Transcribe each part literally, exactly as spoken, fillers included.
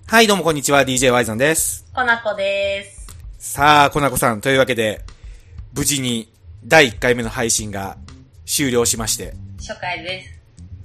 はい、どうもこんにちは。ディージェー ワイゾンです。 コナコです。 さあ、コナコさん、というわけで、無事にだいいっかいめの配信が終了しまして。 初回です。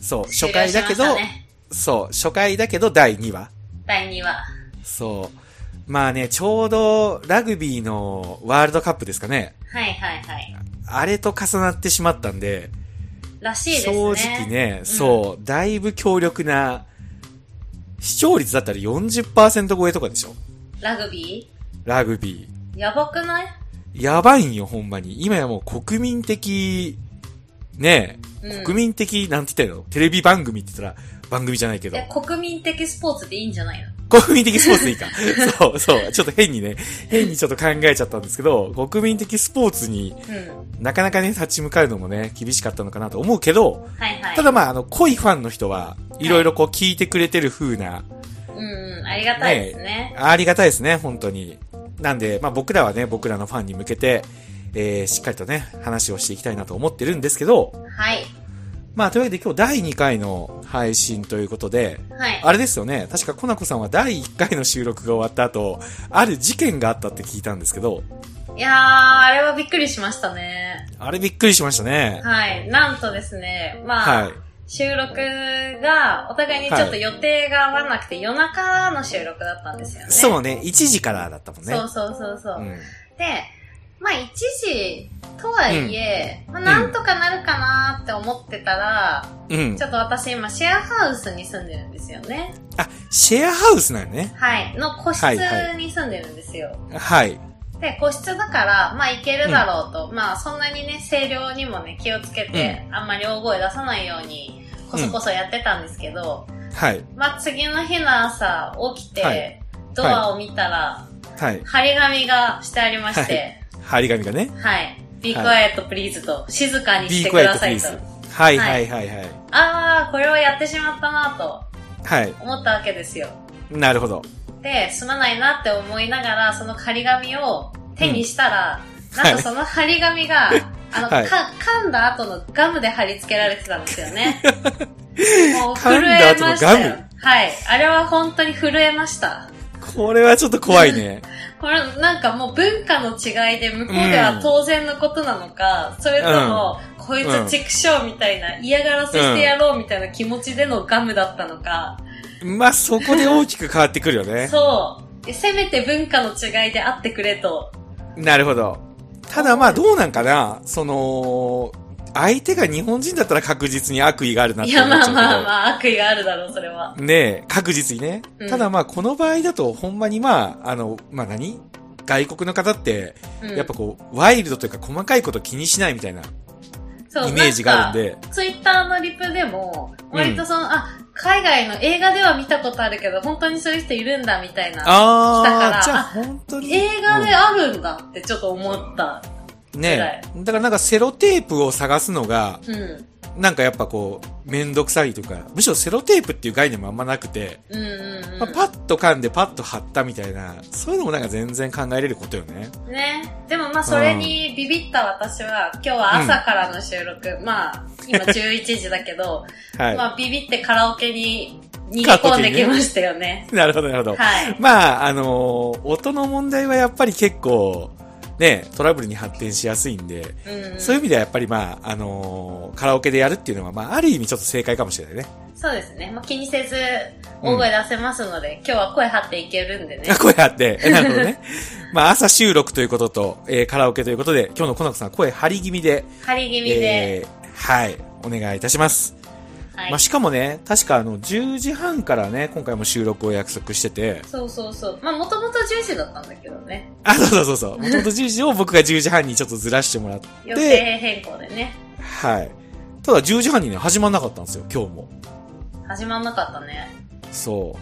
そう、初回だけど、ね、そう、初回だけどだいにわ。 だいにわ。 そう。まあね、ちょうどラグビーのワールドカップですかね。 はいはいはい。 あれと重なってしまったんで、 らしいですね。 正直ね、うん、そう、だいぶ強力な、視聴率だったら よんじゅっパーセント 超えとかでしょ。 ラグビーラグビーやばくない？ やばいんよ、ほんまに。今やもう国民的、ねえ、うん、国民的、なんて言ったらいいの？テレビ番組って言ったら番組じゃないけど。 国民的スポーツでいいんじゃないの？ 国民的スポーツでいいか。そうそう。ちょっと変にね、変にちょっと考えちゃったんですけど、国民的スポーツに、うん、なかなかね、立ち向かうのもね、厳しかったのかなと思うけど、 はいはい、 ただまあ、あの、濃いファンの人は、いろいろこう聞いてくれてる風な、はい、 うんうん、ありがたいですね。 ね、ありがたいですね、本当に。なんで、まあ僕らはね、僕らのファンに向けて、えー、しっかりとね、話をしていきたいなと思ってるんですけど、 はい。 まあ、というわけで今日だいにかいの配信ということで、 はい。 あれですよね。確かコナコさんはだいいっかいの収録が終わった後、ある事件があったって聞いたんですけど。 いやー、あれはびっくりしましたね。 あれびっくりしましたね。 はい。なんとですね、まあ、はい、収録がお互いにちょっと予定が合わなくて、はい、夜中の収録だったんですよね。 そうね。いちじからだったもんね。 そうそうそうそう。うん、で、まあいちじとはいえ、うん、まあなんとかなるかなって思ってたら、うん、ちょっと私今シェアハウスに住んでるんですよね。 あ、シェアハウスなんね。 はい。の個室に住んでるんですよ。 はい。 で、個室だから、まあいけるだろうと、うん、まあそんなにね、声量にもね、気をつけて、うん、あんまり大声出さないように、こそこそやってたんですけど、うん、はい。まあ次の日の朝起きて、はい、ドアを見たら、はい。張り紙がしてありまして、はい張り紙がね。 はい。be quiet please と、静かにしてくださいと。 はいはいはいはい。 あー、これをやってしまったなと。 はい。 思ったわけですよ。 なるほど。 で、すまないなって思いながら、その張り紙を手にしたら、うん、なんかその張り紙が、はい、あの、はい、か、噛んだ後のガムで貼り付けられてたんですよね。もう震えましたよ。はい。あれは本当に震えました。 これはちょっと怖いね。 これなんかもう文化の違いで向こうでは当然のことなのか、うん、それとも、うん、こいつチクショーみたいな、嫌がらせしてやろうみたいな気持ちでのガムだったのか。 うん、まあそこで大きく変わってくるよね。 そう。せめて文化の違いであってくれと。 なるほど。ただまあどうなんかな、その、相手が日本人だったら確実に悪意があるなって思っちゃうけど。 いやまあまあまあ悪意があるだろう、それは。 ねえ、確実にね。うん、ただまあこの場合だとほんまにまあ、あの、まあ何外国の方って、やっぱこう、ワイルドというか細かいこと気にしないみたいな、イメージがあるんで。 ツイッターのリプでも、割とその、うん、あ、海外の映画では見たことあるけど、本当にそういう人いるんだみたいな。 あ来たから、 じゃあ本当に。 映画であるんだってちょっと思った。うんねえ。だからなんかセロテープを探すのが、うん、なんかやっぱこう、めんどくさいというか、むしろセロテープっていう概念もあんまなくて、 うんうんうんまあ、パッと噛んでパッと貼ったみたいな、そういうのもなんか全然考えれることよね。 ね。でもまあそれにビビった私は、今日は朝からの収録、うん、まあ今じゅういちじだけど、はい、まあビビってカラオケに逃げ込んできましたよね。 なるほどなるほど。 はい。 まああのー、音の問題はやっぱり結構、ね、トラブルに発展しやすいんで、うんうん、そういう意味ではやっぱりまあ、あのー、カラオケでやるっていうのは、まあ、ある意味ちょっと正解かもしれないね。 そうですね。まあ、気にせず、大声出せますので、うん、今日は声張っていけるんでね。 声張って。なるほどね。まあ、朝収録ということと、えー、カラオケということで、今日のコナコさん声張り気味で。 張り気味で、 えー。はい。お願いいたします。はい、まあ、しかもね、確かあの、じゅうじはんからね、今回も収録を約束してて。 そうそうそう。まあ、もともとじゅうじだったんだけどね。 あ、そうそうそうそう。もともとじゅうじを僕がじゅうじはんにちょっとずらしてもらって。 予定変更でね。 はい。ただじゅうじはんにね、始まんなかったんですよ、今日も。 始まんなかったね。 そう。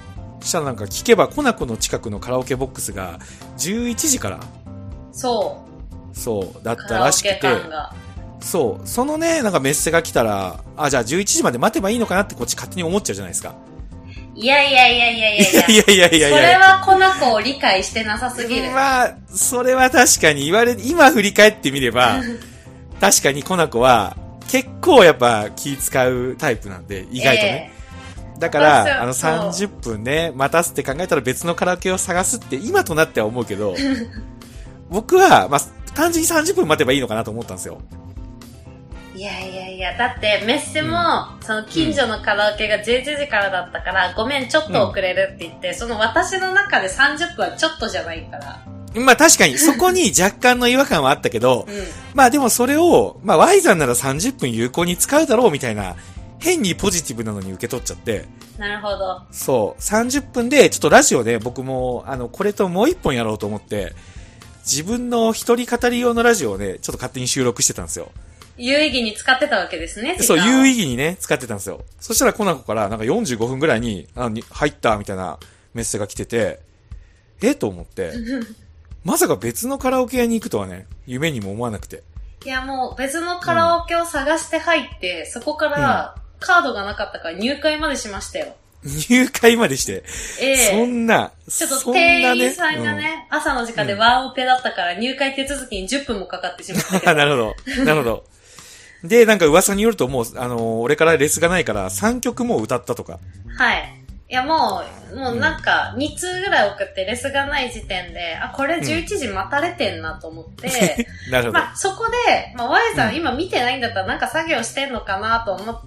したらなんか聞けば、コナコの近くのカラオケボックスが、じゅういちじから。 そう。 そう。だったらしくて。 カラオケ館が。 そう。そのね、なんかメッセが来たら、あ、じゃあじゅういちじまで待てばいいのかなってこっち勝手に思っちゃうじゃないですか。 いやいやいやいやいやいや。 いやいやいやいや。 それはコナコを理解してなさすぎる。 まあ、それは確かに言われ、今振り返ってみれば、確かにコナコは結構やっぱ気使うタイプなんで、意外とね。えーだから、あのさんじゅっぷんね、待たすって考えたら別のカラオケを探すって今となっては思うけど、僕は、まあ、単純にさんじゅっぷん待てばいいのかなと思ったんですよ。 いやいやいや、だってメッセも、うん、その近所のカラオケがじゅういちじからだったから、うん、ごめんちょっと遅れるって言って、うん、その私の中でさんじゅっぷんはちょっとじゃないから。 まあ確かにそこに若干の違和感はあったけど、うん、まあでもそれを、まあ Y さんならさんじゅっぷん有効に使うだろうみたいな、変にポジティブなのに受け取っちゃって。 なるほど。 そう。さんじゅっぷんで、ちょっとラジオで僕も、あの、これともう一本やろうと思って、自分の一人語り用のラジオをね、ちょっと勝手に収録してたんですよ。 有意義に使ってたわけですね。 そう、有意義にね、使ってたんですよ。そしたらコナコからなんかよんじゅうごふんぐらいに、あに入ったみたいなメッセが来てて、えと思って、まさか別のカラオケ屋に行くとはね、夢にも思わなくて。 いやもう別のカラオケを探して入って、うん、そこからカードがなかったから入会までしましたよ。 入会までして。ええー。そんな。 ちょっと店員さんがね、うん、朝の時間でワンオペだったから入会手続きにじゅっぷんもかかってしまったけど。 なるほど。なるほど。で、なんか噂によるともう、あのー、俺からレスがないからさんきょくも歌ったとか。 はい。いやもう、もうなんかに通ぐらい送ってレスがない時点で、あ、これじゅういちじ待たれてんなと思って。 うん、なるほど。 まあそこで、まあ Y さん、うん、今見てないんだったらなんか作業してんのかなと思って、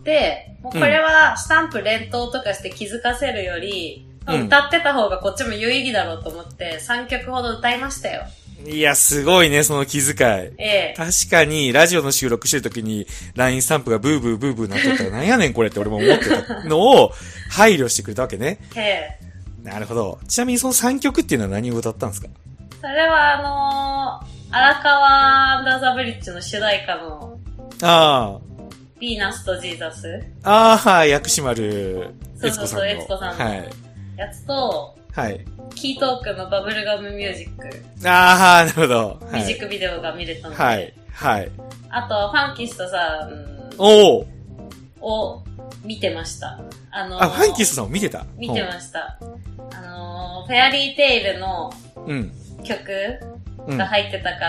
もうこれはスタンプ連投とかして気づかせるより、うん、歌ってた方がこっちも有意義だろうと思ってさんきょくほど歌いましたよ。 いや、すごいね、その気遣い。 ええ。 確かに、ラジオの収録してる時に、ライン スタンプがブーブーブーブーなっとったら、なんやねんこれって俺も思ってたのを、配慮してくれたわけね。 ええ。 なるほど。ちなみにそのさんきょくっていうのは何を歌ったんですか？ それはあのー、荒川アンダーザブリッジの主題歌の、 ああ。 ヴィーナスとジーザス。 ああ、薬師丸悦子さんの。そうそうそう、悦子さんの。 はい。 やつと、 はい。 キートークのバブルガムミュージック。 ああ、なるほど。 ミュージックビデオが見れたので。 はい。はい。 あと、ファンキストさん。 おお。 を見てました。あのー、 あ、ファンキストさんを見てた？ 見てました。あのー、フェアリーテイルの曲が入ってたから、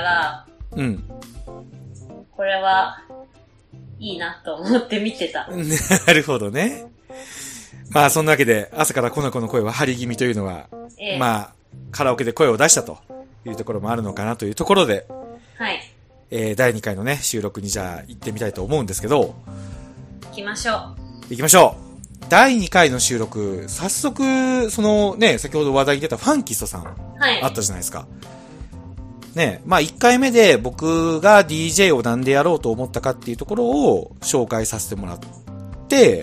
うん。うん、 これは、いいなと思って見てた。 なるほどね。まあそんなわけで朝からコナコの声は張り気味というのは、ええ、まあカラオケで声を出したというところもあるのかなというところで、 はい。 えー、だいにかいのね収録にじゃあ行ってみたいと思うんですけど、 行きましょう。 行きましょう。だいにかいの収録、早速そのね先ほど話題に出たファンキストさん、はい、あったじゃないですか。ね、まあいっかいめで僕が ディージェー をなんでやろうと思ったかっていうところを紹介させてもらって、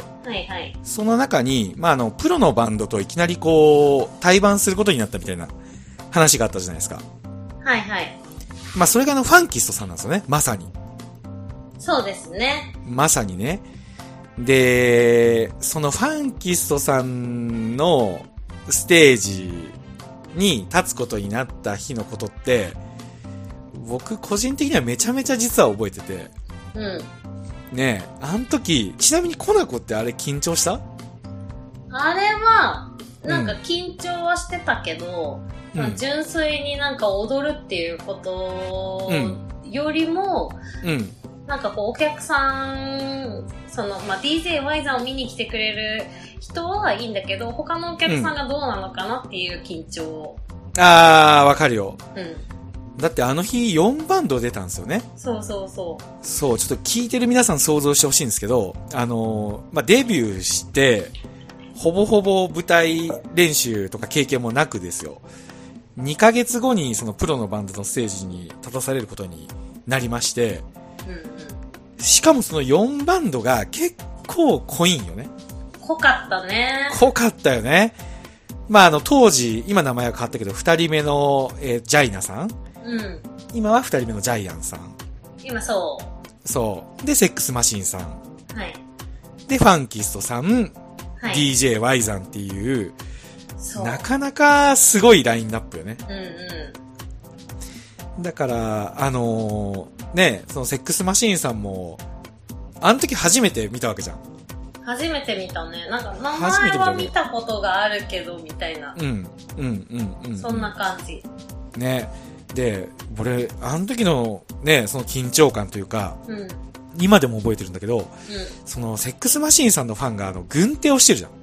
はいはい。 その中に、まあ、あの、プロのバンドといきなりこう、対バンすることになったみたいな話があったじゃないですか。 はいはい。 まあ、それがあの、ファンキストさんなんですよね。まさに。 そうですね。 まさにね。で、そのファンキストさんのステージに立つことになった日のことって、僕個人的にはめちゃめちゃ実は覚えてて。 うん。 ねえ、あの時、ちなみにコナコってあれ緊張した？ あれは、なんか緊張はしてたけど、うんまあ、純粋になんか踊るっていうことよりも、 うん、 なんかこうお客さん、その、まあ、ディージェー ワイザーを見に来てくれる人はいいんだけど、他のお客さんがどうなのかなっていう緊張。 うん、あー、わかるよ。 うん。 だってあの日よんバンド出たんですよね。 そうそうそう。 そう、ちょっと聞いてる皆さん想像してほしいんですけど、あのー、まあ、デビューして、ほぼほぼ舞台練習とか経験もなくですよ。にかげつごにそのプロのバンドのステージに立たされることになりまして、 うんうん、 しかもそのよんバンドが結構濃いんよね。 濃かったね。 濃かったよね。まあ、あの、当時、今名前は変わったけど、二人目の、えー、ジャイナさん。 うん。 今は二人目のジャイアンさん。 今そう。 そう。で、セックスマシンさん。 はい。 で、ファンキストさん。はい。ディージェー ワイザンっていう、そう。なかなかすごいラインナップよね。 うんうん。 だから、あのー、ね、そのセックスマシンさんも、あの時初めて見たわけじゃん。 初めて見たね。なんか、名前は見たことがあるけど、みたいな。 うん。うん、うん、うん。 そんな感じ。 ね。で、俺、あの時のね、その緊張感というか、 うん、 今でも覚えてるんだけど、 うん、 そのセックスマシーンさんのファンがあの軍手をしてるじゃん。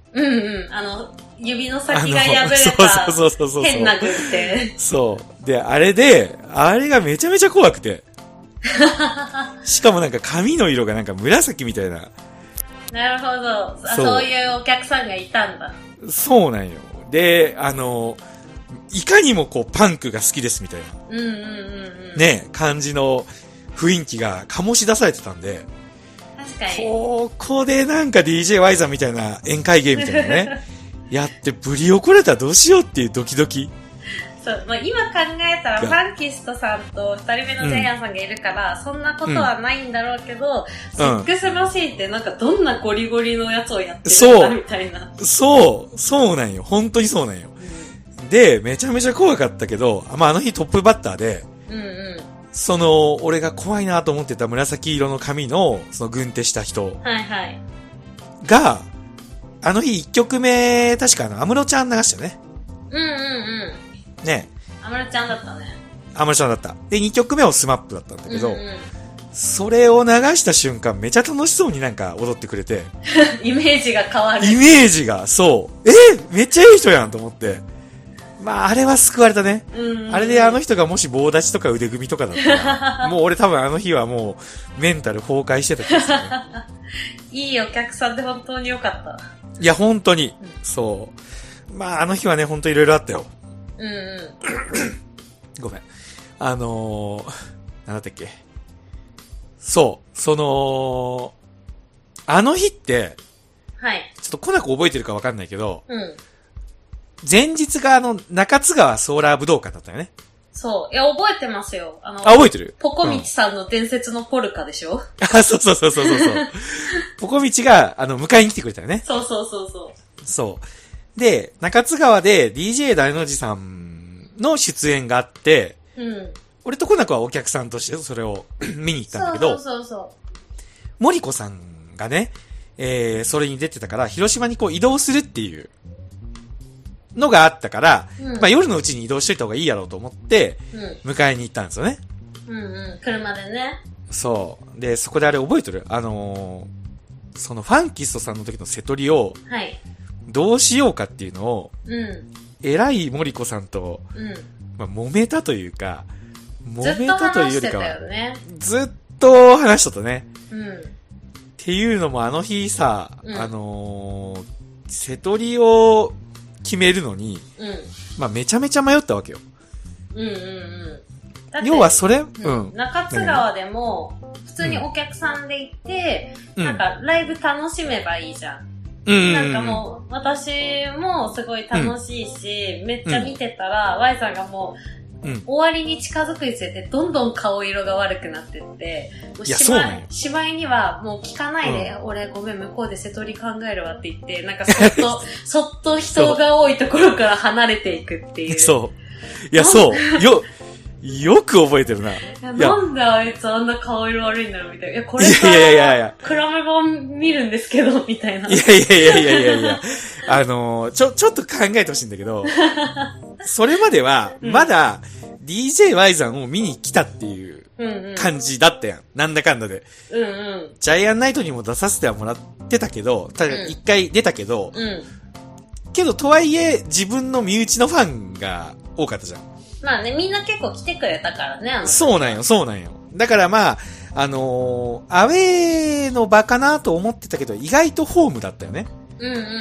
うんうん。あの、指の先が破れたそうそうそうそう変な軍手。 そう。で、あれで、あれがめちゃめちゃ怖くて。しかもなんか髪の色がなんか紫みたいな。 なるほど。そう。そういうお客さんがいたんだ。 そうなんよ。で、あの、いかにもこうパンクが好きですみたいな。 うんうんうんうん。 ね、感じの雰囲気が醸し出されてたんで。 確かに。 ここでなんか ディージェーワイ さんみたいな宴会芸みたいなね。やってぶり怒れたらどうしようっていうドキドキ。 そう、まあ、今考えたらファンキストさんと二人目のジャイアンさんがいるから、うん、そんなことはないんだろうけど、うん、セックスマシーンってなんかどんなゴリゴリのやつをやってるんだみたいな。 そう、そうなんよ。本当にそうなんよ。うん、で、めちゃめちゃ怖かったけど、まあ、あの日トップバッターで、 うんうん、 その、俺が怖いなと思ってた紫色の髪の、その軍手した人。 はいはい。 が、あの日一曲目、確かあの、安室ちゃん流したよね。 うんうんうん。 ね。 安室ちゃんだったね。 安室ちゃんだった。で、二曲目はスマップだったんだけど、うんうん、それを流した瞬間、めちゃ楽しそうになんか踊ってくれて。 イメージが変わる。 イメージが、そう。えめっちゃいい人やんと思って。まあ、あれは救われたね。うんうんうん、あれであの人がもし棒立ちとか腕組みとかだったら、もう俺多分あの日はもう、メンタル崩壊してた気がする、ね。 いいお客さんで本当に良かった。 いや、本当に。うん、そう。まあ、あの日はね、本当いろいろあったよ。 うんうん。 ごめん。あのー、なんだったっけ。そう。その、あの日って、 はい。 ちょっとコナコ覚えてるかわかんないけど、 うん。 前日があの、中津川ソーラー武道館だったよね。 そう。いや、覚えてますよ。あの、 あ、覚えてる？ ポコミチさんの伝説のポルカでしょ、うん、 あ、そうそうそうそうそう。ポコミチが、あの、迎えに来てくれたよね。 そうそうそうそう。 そう。で、中津川で ディージェー 大の字さんの出演があって、 うん。 俺とコナコはお客さんとしてそれを見に行ったんだけど、 そうそうそうそう。 森子さんがね、えー、それに出てたから、広島にこう移動するっていうのがあったから、うん、まあ夜のうちに移動しといた方がいいやろうと思って、うん、迎えに行ったんですよね。 うんうん、車でね。 そう。で、そこであれ覚えてる？あのー、そのファンキストさんの時の瀬戸りを、 はい。 どうしようかっていうのを、 うん。 偉い森子さんと、 うん。 まあ揉めたというか、揉めたというよりかは、 ずっと話しとったね。 うん。 っていうのもあの日さ、 うん、 あのー、瀬戸りを決めるのに、 うん、 まあめちゃめちゃ迷ったわけよ。 うんうんうん。 要はそれ、うん。中津川でも、普通にお客さんで行って、うん、なんかライブ楽しめばいいじゃん。 うん、 なんかもう、私もすごい楽しいし、うん、めっちゃ見てたら、うん、Y さんがもう、うん、終わりに近づくにつれて、どんどん顔色が悪くなってって、もういやそうなんよ。 しまいには、もう聞かないで、うん、俺ごめん、向こうで瀬戸り考えるわって言って、なんかそっと、そっと人が多いところから離れていくっていう。 そう。いや、そう。よ、よく覚えてるな。いや、なんであいつあんな顔色悪いんだろうみたいな。いや、これから、 いやいやいやクラメ版見るんですけど、みたいな。 いやいやいやいやいやいや。あのー、ちょ、ちょっと考えてほしいんだけど、それまでは、まだ、ディージェーワイ さんを見に来たっていう感じだったやん。うんうん、なんだかんだで。 うんうん。 ジャイアンナイトにも出させてはもらってたけど、ただ一回出たけど、 うん、 けどとはいえ自分の身内のファンが多かったじゃん。 まあね、みんな結構来てくれたからね、あのそうなんよ、そうなんよ。だからまあ、あのー、アウェーの場かなと思ってたけど、意外とホームだったよね。 うんうんうん。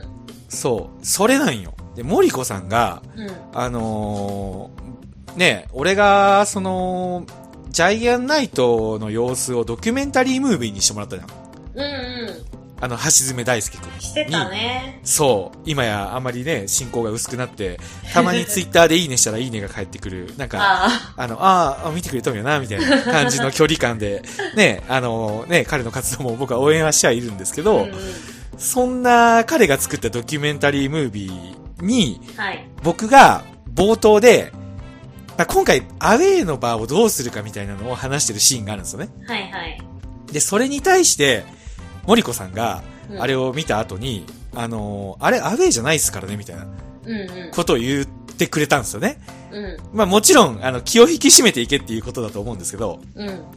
そう。それなんよ。で、森子さんが、 うん、 あのー、ね、俺が、その、ジャイアンナイトの様子をドキュメンタリームービーにしてもらったじゃん。 うんうん。 あの、橋爪大輔くんに。 してたね。 そう。今やあまりね、進行が薄くなって、たまにツイッターでいいねしたらいいねが返ってくる。なんか、 あ, あの、ああ、見てくれとんよな、みたいな感じの距離感で、ね、あの、ね、彼の活動も僕は応援はしてはいるんですけど、 うんうん、 そんな彼が作ったドキュメンタリームービーに、 はい、 僕が冒頭で、まあ、今回アウェーの場をどうするかみたいなのを話してるシーンがあるんですよね。 はいはい。 で、それに対して、森子さんが、あれを見た後に、うん、あのー、あれアウェーじゃないっすからね、みたいな、ことを言ってくれたんですよね。 うん。 まあもちろん、あの、気を引き締めていけっていうことだと思うんですけど、 うん。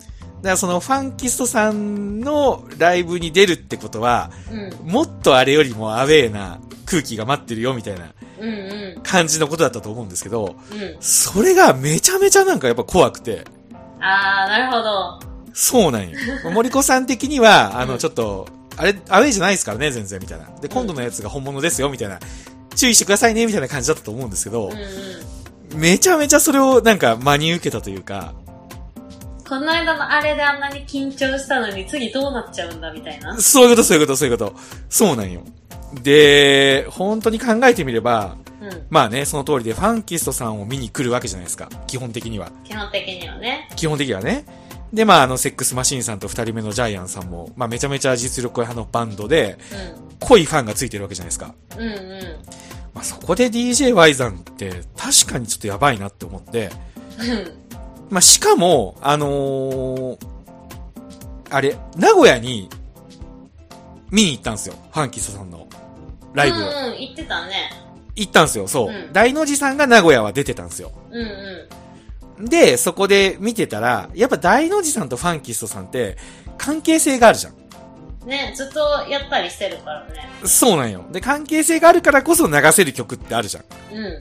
からそのファンキストさんのライブに出るってことは、うん、もっとあれよりもアウェーな空気が待ってるよみたいな感じのことだったと思うんですけど、うんうん、それがめちゃめちゃなんかやっぱ怖くて。 あー、なるほど。 そうなんよ。森子さん的には、あの、ちょっと、あれ、アウェーじゃないですからね、全然、みたいな。で、今度のやつが本物ですよ、みたいな。注意してくださいね、みたいな感じだったと思うんですけど、うんうん、めちゃめちゃそれをなんか真に受けたというか、 この間のあれであんなに緊張したのに次どうなっちゃうんだみたいな。 そういうこと、そういうこと、そういうこと。そうなんよ。で、本当に考えてみれば、うん、まあね、その通りでファンキストさんを見に来るわけじゃないですか。基本的には。 基本的にはね。 基本的にはね。で、まああの、セックスマシーンさんと二人目のジャイアンさんも、まあめちゃめちゃ実力派のバンドで、うん、濃いファンがついてるわけじゃないですか。うんうん。まあそこで ディージェーワイ さんって確かにちょっとやばいなって思って、まあしかも、あのー、あれ、名古屋に見に行ったんですよ。ファンキストさんのライブを。 うんうん、行ってたね。 行ったんですよ、そう。うん、大の字さんが名古屋は出てたんですよ。うんうん。で、そこで見てたら、やっぱ大の字さんとファンキストさんって関係性があるじゃん。 ね、ずっとやったりしてるからね。 そうなんよ。で、関係性があるからこそ流せる曲ってあるじゃん。うん。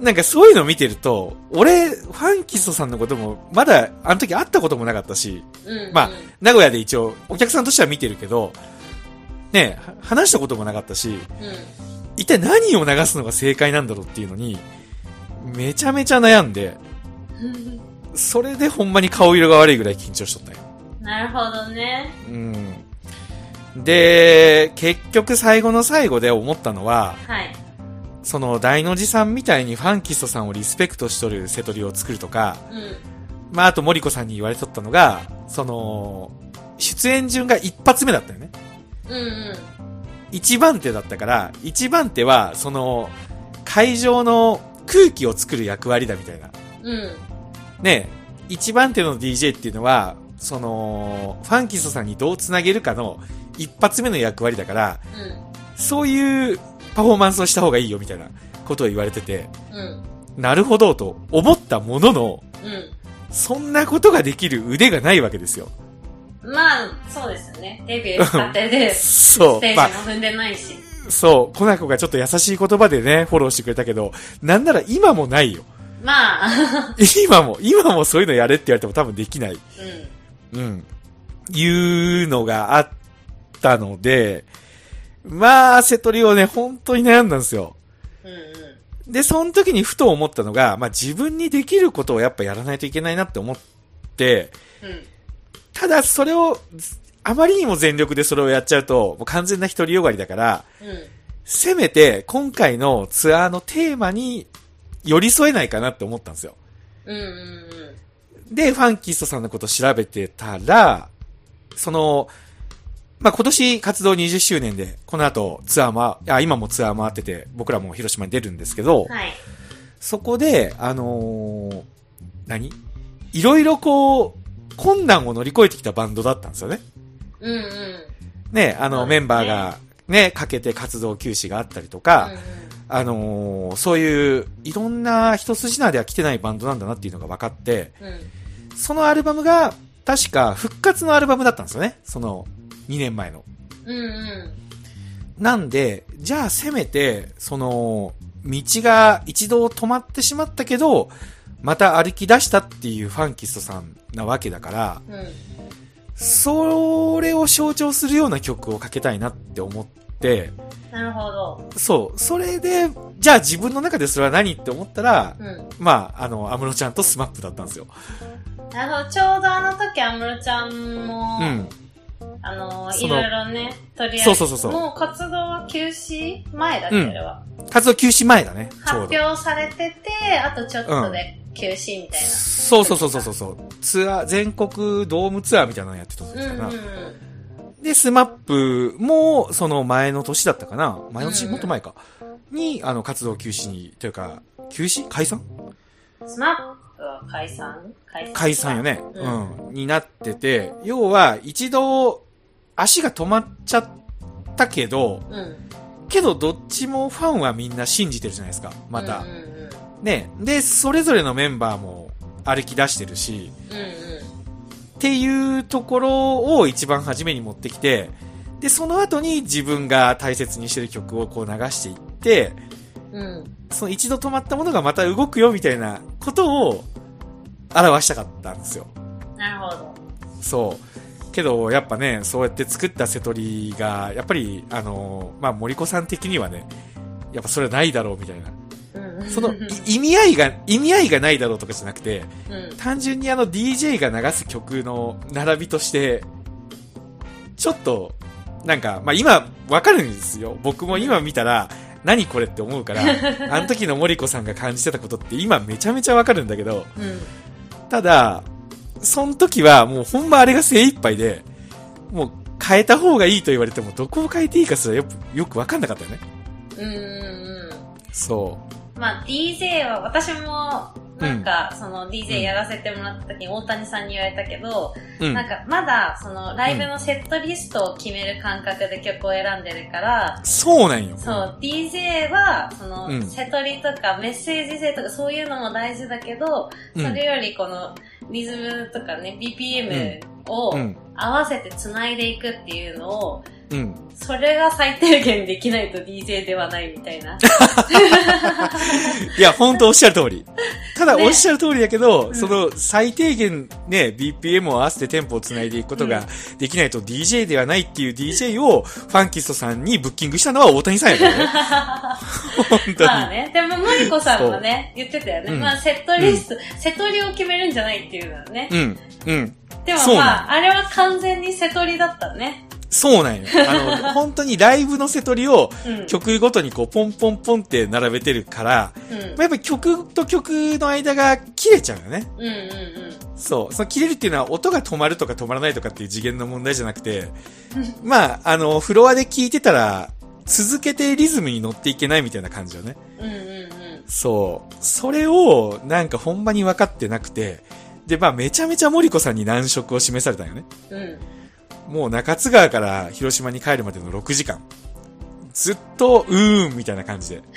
なんかそういうの見てると、俺、ファンキストさんのことも、まだ、あの時会ったこともなかったし、うんうん、まあ、名古屋で一応、お客さんとしては見てるけど、ね、話したこともなかったし、うん、一体何を流すのが正解なんだろうっていうのに、めちゃめちゃ悩んで、それでほんまに顔色が悪いぐらい緊張しとったよ。 なるほどね。 うん。で、結局最後の最後で思ったのは、はい。その大の字さんみたいにファンキストさんをリスペクトしとるセトリを作るとか、うん、まああと森子さんに言われとったのが、その出演順が一発目だったよね。うんうん。一番手だったから、一番手はその会場の空気を作る役割だみたいな。うん。ね、一番手の ディージェー っていうのはそのファンキストさんにどうつなげるかの一発目の役割だから、うん、そういうパフォーマンスをした方がいいよみたいなことを言われてて、うん、なるほどと思ったものの、うん、そんなことができる腕がないわけですよ。 まあそうですよね。デビューしたてでそうステージも踏んでないし、 まあ、そうコナコがちょっと優しい言葉でねフォローしてくれたけど、なんなら今もないよ。 まあ今も今もそういうのやれって言われても多分できない。うん、うん、いうのがあったので。まあ、セトリをね、本当に悩んだんですよ。うんうん、で、その時にふと思ったのが、まあ自分にできることをやっぱやらないといけないなって思って、うん、ただそれを、あまりにも全力でそれをやっちゃうと、もう完全な独りよがりだから、うん、せめて今回のツアーのテーマに寄り添えないかなって思ったんですよ。うんうんうん、で、ファンキストさんのことを調べてたら、その、まあ、今年活動にじゅっしゅうねんで、この後ツアーも、あ、今もツアー回ってて、僕らも広島に出るんですけど、はい、そこで、あのー、何?いろいろこう、困難を乗り越えてきたバンドだったんですよね。うんうん。ね、あの、ね、メンバーがね、かけて活動休止があったりとか、うんうん、あのー、そういう、いろんな一筋縄では来てないバンドなんだなっていうのが分かって、うん、そのアルバムが、確か復活のアルバムだったんですよね。その、にねんまえの。うんうん。なんで、じゃあせめて、その、道が一度止まってしまったけど、また歩き出したっていうファンキストさんなわけだから、うん、それを象徴するような曲をかけたいなって思って、 なるほど。 そう。それで、じゃあ自分の中でそれは何って思ったら、うん、まあ、あの、安室ちゃんとスマップだったんですよ。 なるほど。ちょうどあの時安室ちゃんも、うん。あのー、いろいろね、取り上げて、そうそうそうそう。もう活動は休止前だっけ、うん、あれは。 活動休止前だね。 発表されてて、あとちょっとで休止みたいな。うん、 そうそうそうそうそう。ツアー、全国ドームツアーみたいなのやってたんですかな。うんうん、で、スマップも、その前の年だったかな。前の年、うん、もっと前か。に、あの、活動休止に、というか、休止解散スマップは解散解散解散よね。うん、うん。になってて、要は、一度、足が止まっちゃったけど、うん、けどどっちもファンはみんな信じてるじゃないですか、また。うんうんうん、ね。で、それぞれのメンバーも歩き出してるし、うんうん、 っていうところを一番初めに持ってきて、で、その後に自分が大切にしてる曲をこう流していって、うん、その一度止まったものがまた動くよみたいなことを表したかったんですよ。 なるほど。 そう。けど、やっぱね、そうやって作った瀬戸りが、やっぱり、あの、まあ、森子さん的にはね、やっぱそれはないだろうみたいな。うん、その意味合いが、意味合いがないだろうとかじゃなくて、うん、単純にあの ディージェー が流す曲の並びとして、ちょっと、なんか、まあ、今、わかるんですよ。僕も今見たら、何これって思うから、あの時の森子さんが感じてたことって今めちゃめちゃわかるんだけど、うん、ただ、その時はもうほんまあれが精一杯で、もう変えた方がいいと言われてもどこを変えていいかすらよく、よくわかんなかったよね。うんうんうん。そう。 まあ ディージェー は私も、なんか、その ディージェー やらせてもらった時に大谷さんに言われたけど、うん、なんかまだそのライブのセットリストを決める感覚で曲を選んでるから、 そうなんよ。 そう、ディージェー は、その、セトリとかメッセージ性とかそういうのも大事だけど、それよりこのリズムとかね、ビーピーエム を合わせて繋いでいくっていうのを、うん、それが最低限できないと ディージェー ではないみたいな。 いや、ほんとおっしゃる通り。ただ、おっしゃる通りだけど、ね、その最低限ね、ビーピーエム を合わせてテンポを繋いでいくことができないと ディージェー ではないっていう ディージェー をファンキストさんにブッキングしたのは大谷さんやからね。本当に。まあね、 でも森子さんはね、言ってたよね。うん、まあセットリスト、うん、セトリを決めるんじゃないっていうのはね。うん、うん。でもまあ、あれは完全にセトリだったね。 そうなんよ。あの、本当にライブのセトリを曲ごとにこうポンポンポンって並べてるから、うんまあ、やっぱり曲と曲の間が切れちゃうよね。うんうんうん。そう。その切れるっていうのは音が止まるとか止まらないとかっていう次元の問題じゃなくて、まあ、あの、フロアで聴いてたら続けてリズムに乗っていけないみたいな感じよね。うんうんうん。そう。それをなんかほんまに分かってなくて、で、まあめちゃめちゃ森子さんに難色を示されたよね。うん。もう中津川から広島に帰るまでのろくじかん。ずっと、うーん、みたいな感じで。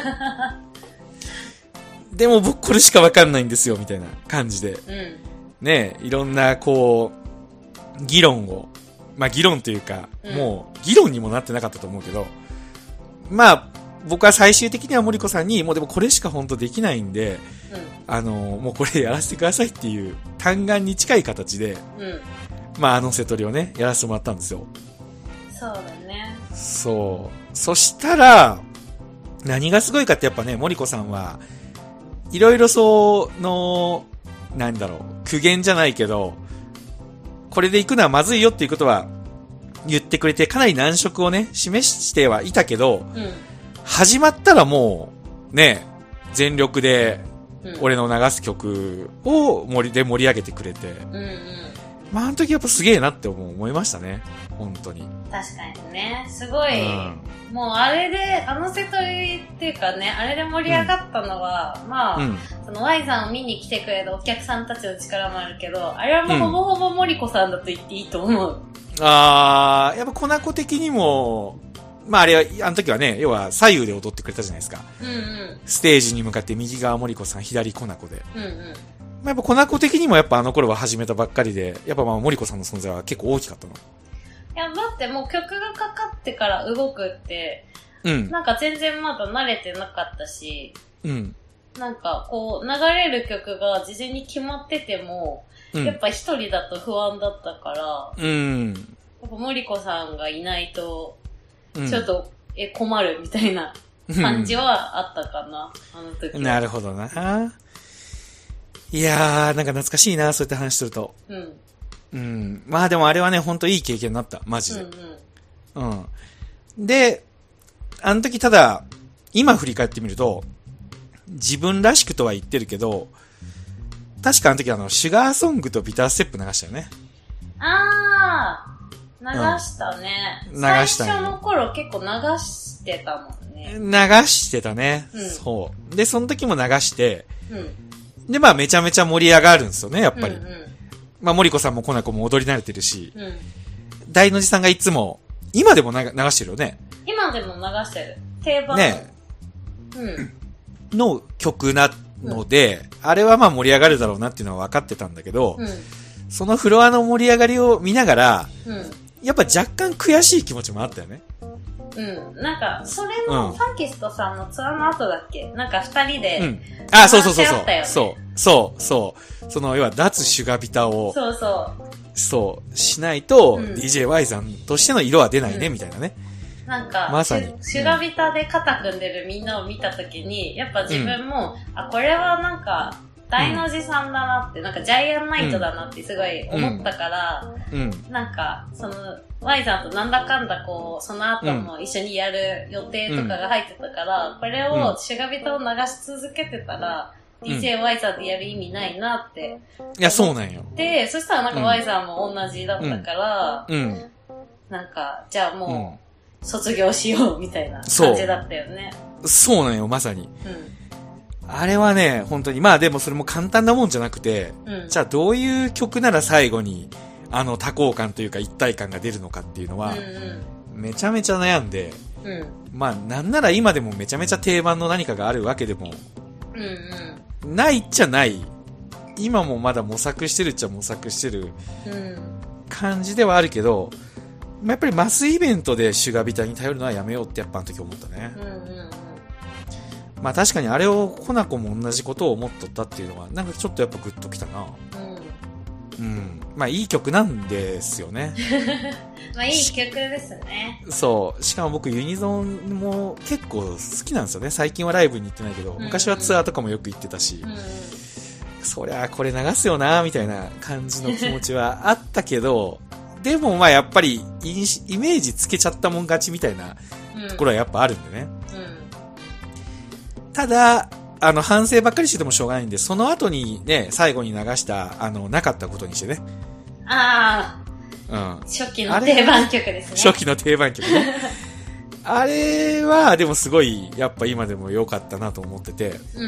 でも僕これしかわかんないんですよ、みたいな感じで。うん、ねいろんな、こう、議論を、まあ議論というか、うん、もう議論にもなってなかったと思うけど、まあ、僕は最終的には森子さんに、もうでもこれしか本当できないんで、うん、あの、もうこれやらせてくださいっていう嘆願に近い形で、うんまあ、あのセトリをね、やらせてもらったんですよ。 そうだね。 そう。そしたら、何がすごいかってやっぱね、森子さんは、いろいろその、なんだろう、苦言じゃないけど、これで行くのはまずいよっていうことは言ってくれて、かなり難色をね、示してはいたけど、うん、始まったらもう、ね、全力で、俺の流す曲を盛りで盛り上げてくれて、うんうんまあ、あの時やっぱすげえなって思いましたね。本当に。 確かにね。すごい、うん、もうあれで、あのセトリっていうかね、あれで盛り上がったのは、うん、まあ、うん、その Y さんを見に来てくれるお客さんたちの力もあるけど、あれはもうほぼほぼ森子さんだと言っていいと思う。 うん、あー、やっぱコナコ的にも、まああれは、あの時はね、要は左右で踊ってくれたじゃないですか。うんうん。ステージに向かって右側森子さん、左コナコで。うんうん。まあ、やっぱコナコ的にもやっぱあの頃は始めたばっかりで、やっぱまあ森子さんの存在は結構大きかったの。いや、だってもう曲がかかってから動くって、うん。なんか全然まだ慣れてなかったし、うん。なんかこう流れる曲が事前に決まってても、うん、やっぱ一人だと不安だったから、うん。やっぱ森子さんがいないと、ちょっと、うん、え、困るみたいな感じはあったかな、うん、あの時は。 なるほどな。いやー、なんか懐かしいな、そうやって話すると。うん。うん。まあでもあれはね、ほんといい経験になった。マジで。うん、うん。うん。で、あの時ただ、今振り返ってみると、自分らしくとは言ってるけど、確かあの時あの、シュガーソングとビターステップ流したよね。 あー、流したね。うん、流したね。最初の頃結構流してたもんね。 流してたね。うん、そう。で、その時も流して、うん。で、まあ、めちゃめちゃ盛り上がるんですよね、やっぱり。うんうん、まあ、森子さんもコナコも踊り慣れてるし、うん、大の字さんがいつも、今でも流してるよね。 今でも流してる。定番。ね。 うん。の曲なので、うん、あれはまあ盛り上がるだろうなっていうのは分かってたんだけど、うん、 そのフロアの盛り上がりを見ながら、 うん、 やっぱ若干悔しい気持ちもあったよね。 うん。なんか、それも、ファンキストさんのツアーの後だっけ、なんか二人で、 うん。あ、そうそうそうそう。そう、そう、そう。その、要は、脱シュガビタを、 そうそう。 そう、しないと、うん、ディージェーワイ さんとしての色は出ないね、うん、みたいなね。 なんか、まさに。シュガビタで肩組んでるみんなを見たときに、やっぱ自分も、うん、あ、これはなんか、大の字さんだなって、うん、なんかジャイアンナイトだなってすごい思ったから、うんうん、なんか、その、Y さんとなんだかんだこう、その後も一緒にやる予定とかが入ってたから、うん、これをシュガビタを流し続けてたら、うん、ディージェーワイ さんでやる意味ないなって。 いや、そうなんよ。 で、そしたらなんか Y さんも同じだったから、うんうん、なんか、じゃあもう、卒業しようみたいな感じだったよね。 そう、そうなんよ、まさに。うんあれはね、本当に、まあでもそれも簡単なもんじゃなくて、うん、じゃあどういう曲なら最後に、あの多幸感というか一体感が出るのかっていうのは、うんうん、めちゃめちゃ悩んで、うん、まあなんなら今でもめちゃめちゃ定番の何かがあるわけでも、うんうん、ないっちゃない。今もまだ模索してるっちゃ模索してる感じではあるけど、まあ、やっぱりマスイベントでシュガビタに頼るのはやめようってやっぱあの時思ったね。うんうんまあ確かにあれをコナコも同じことを思っとったっていうのはなんかちょっとやっぱグッときたな。うん。うん。まあいい曲なんですよね。 まあいい曲ですね。 そう。しかも僕ユニゾンも結構好きなんですよね。最近はライブに行ってないけど、昔はツアーとかもよく行ってたし、うんうん、そりゃこれ流すよなみたいな感じの気持ちはあったけど、でもまあやっぱりイメージつけちゃったもん勝ちみたいなところはやっぱあるんでね。うんうんただ、あの、反省ばっかりしててもしょうがないんで、その後にね、最後に流した、あの、なかったことにしてね。 ああ。うん。初期の定番曲ですね。 初期の定番曲ね。あれは、でもすごい、やっぱ今でも良かったなと思ってて。うんうん。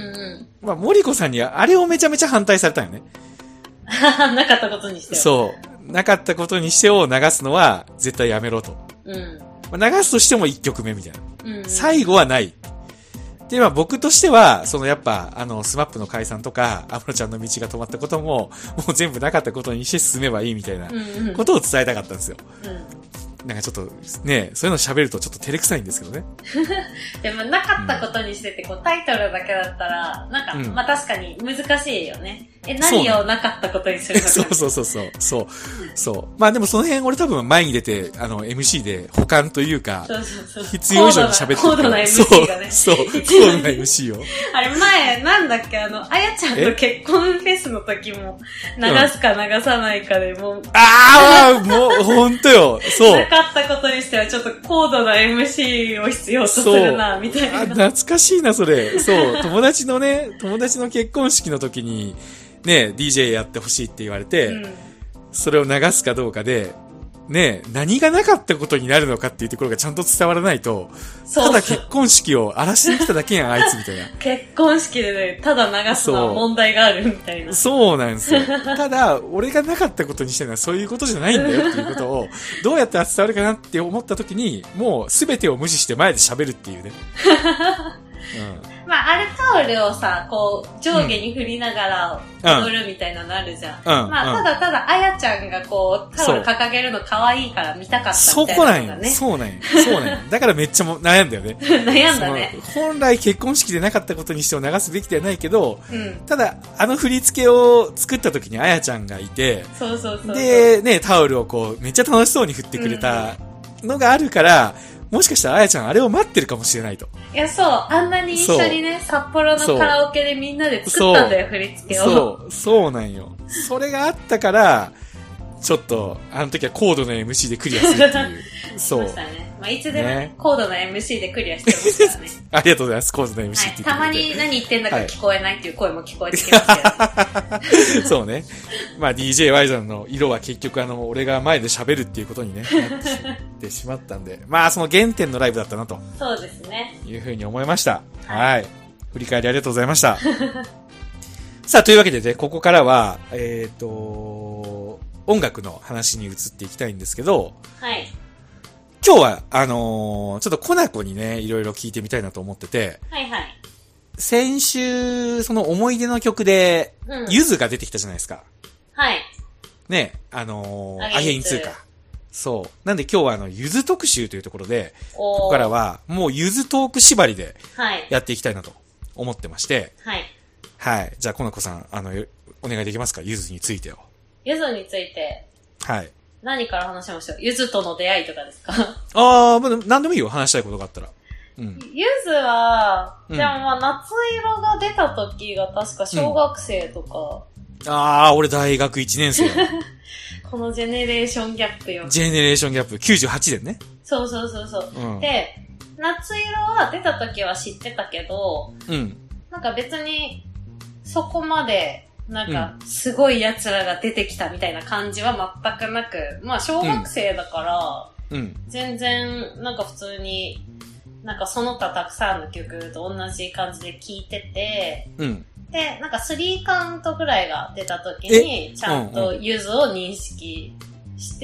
まあ、森子さんには、あれをめちゃめちゃ反対されたよね。 なかったことにしてそう。なかったことにしてを流すのは、絶対やめろと。うん。まあ、流すとしても一曲目みたいな。うん、うん。最後はない。で、まあ僕としては、そのやっぱ、あの、スマップの解散とか、アムロちゃんの道が止まったことも、もう全部なかったことにして進めばいいみたいなことを伝えたかったんですよ。うんうんなんかちょっと、ね、そういうの喋るとちょっと照れくさいんですけどね。 でも、なかったことにしてて、こう、タイトルだけだったら、なんか、うん、まあ確かに難しいよね。え、何をなかったことにするのか。 そうそうそうそう。そう。そう。まあでもその辺俺多分前に出て、あの、エムシー で保管というか、 そうそうそう必要以上に喋ってる。 高度な エムシー がね。 そう、そう、高度な エムシー を。 あれ前、なんだっけ、あの、あやちゃんと結婚フェスの時も、流すか流さないかでもう。 ああ、もう、ほんとよ。そう。 なかったことにしてはちょっと高度な エムシー を必要とするな、みたいな。 懐かしいな、それ。そう、友達のね、友達の結婚式の時に、ね、ディージェー やってほしいって言われて、うん、それを流すかどうかで、ね、何がなかったことになるのかっていうところがちゃんと伝わらないと、そうそうただ結婚式を荒らしに来ただけやん、あいつみたいな。 結婚式でね、ただ流すのは問題があるみたいな。 そうなんですよ。ただ、俺がなかったことにしてるのはそういうことじゃないんだよっていうことを、どうやって伝わるかなって思った時に、もう全てを無視して前で喋るっていうね。 うんまあ、アルタオルをさ、こう、上下に振りながら踊るみたいなのあるじゃん。うん、まあ、ただただ、あやちゃんがこう、タオル掲げるの可愛いから見たかったみたいなのがね。 そこなんよ。そうなんよ。そうなんよ。だからめっちゃも悩んだよね。 悩んだね。 本来結婚式でなかったことにしても流すべきではないけど、うん、ただ、あの振り付けを作った時にあやちゃんがいて、 そうそうそうそう。 で、ね、タオルをこう、めっちゃ楽しそうに振ってくれたのがあるから、うんもしかしたらあやちゃんあれを待ってるかもしれないと。 いや、そう。あんなに一緒にね、札幌のカラオケでみんなで作ったんだよ、振り付けを。 そう、そうなんよ。それがあったから、ちょっと、あの時は高度な エムシー でクリアするっていう。 そう。ましたね。まあ、いつでも、ね、高度な エムシー でクリアしてますからね。 ありがとうございます、高度な エムシー って言って、 はい。たまに何言ってんだか聞こえないっていう声も聞こえてきますけど、ね。はい、そうね。まあ ディージェーワイ さんの色は結局あの、俺が前で喋るっていうことにね、なってしまったんで、まあその原点のライブだったなと。 そうですね。 いうふうに思いました。はい。はい、振り返りありがとうございました。さあ、というわけでね、ここからは、えっと、音楽の話に移っていきたいんですけど、 はい。 今日は、あのー、ちょっとコナコにね、いろいろ聞いてみたいなと思ってて、 はいはい。 先週、その思い出の曲で、うん、ゆずが出てきたじゃないですか。 はい。 ね、あのー、アゲインツーか。そう。なんで今日はあの、ゆず特集というところで、ここからはもうゆずトーク縛りでやっていきたいなと思ってまして。 はい。 はい。じゃあ、この子さん、あの、お願いできますか？ゆずについてを。 ゆずについて。 はい。 何から話しましょう？ゆずとの出会いとかですか？ ああ、まあ、何でもいいよ。話したいことがあったら。 うん、ゆずは、うん、じゃあまあ夏色が出た時が確か小学生とか。 うん、ああ、俺大学いちねん生。 このジェネレーションギャップよ。 ジェネレーションギャップ。きゅうじゅうはちねんね。 そうそうそうそう、うん。で、夏色は出た時は知ってたけど、うん。なんか別に、そこまで、なんか、すごい奴らが出てきたみたいな感じは全くなく、まあ小学生だから、うん。全然、なんか普通に、なんかその他たくさんの曲と同じ感じで聴いてて、うん。で、なんかスリーカウントぐらいが出た時に、ちゃんとゆずを認識して、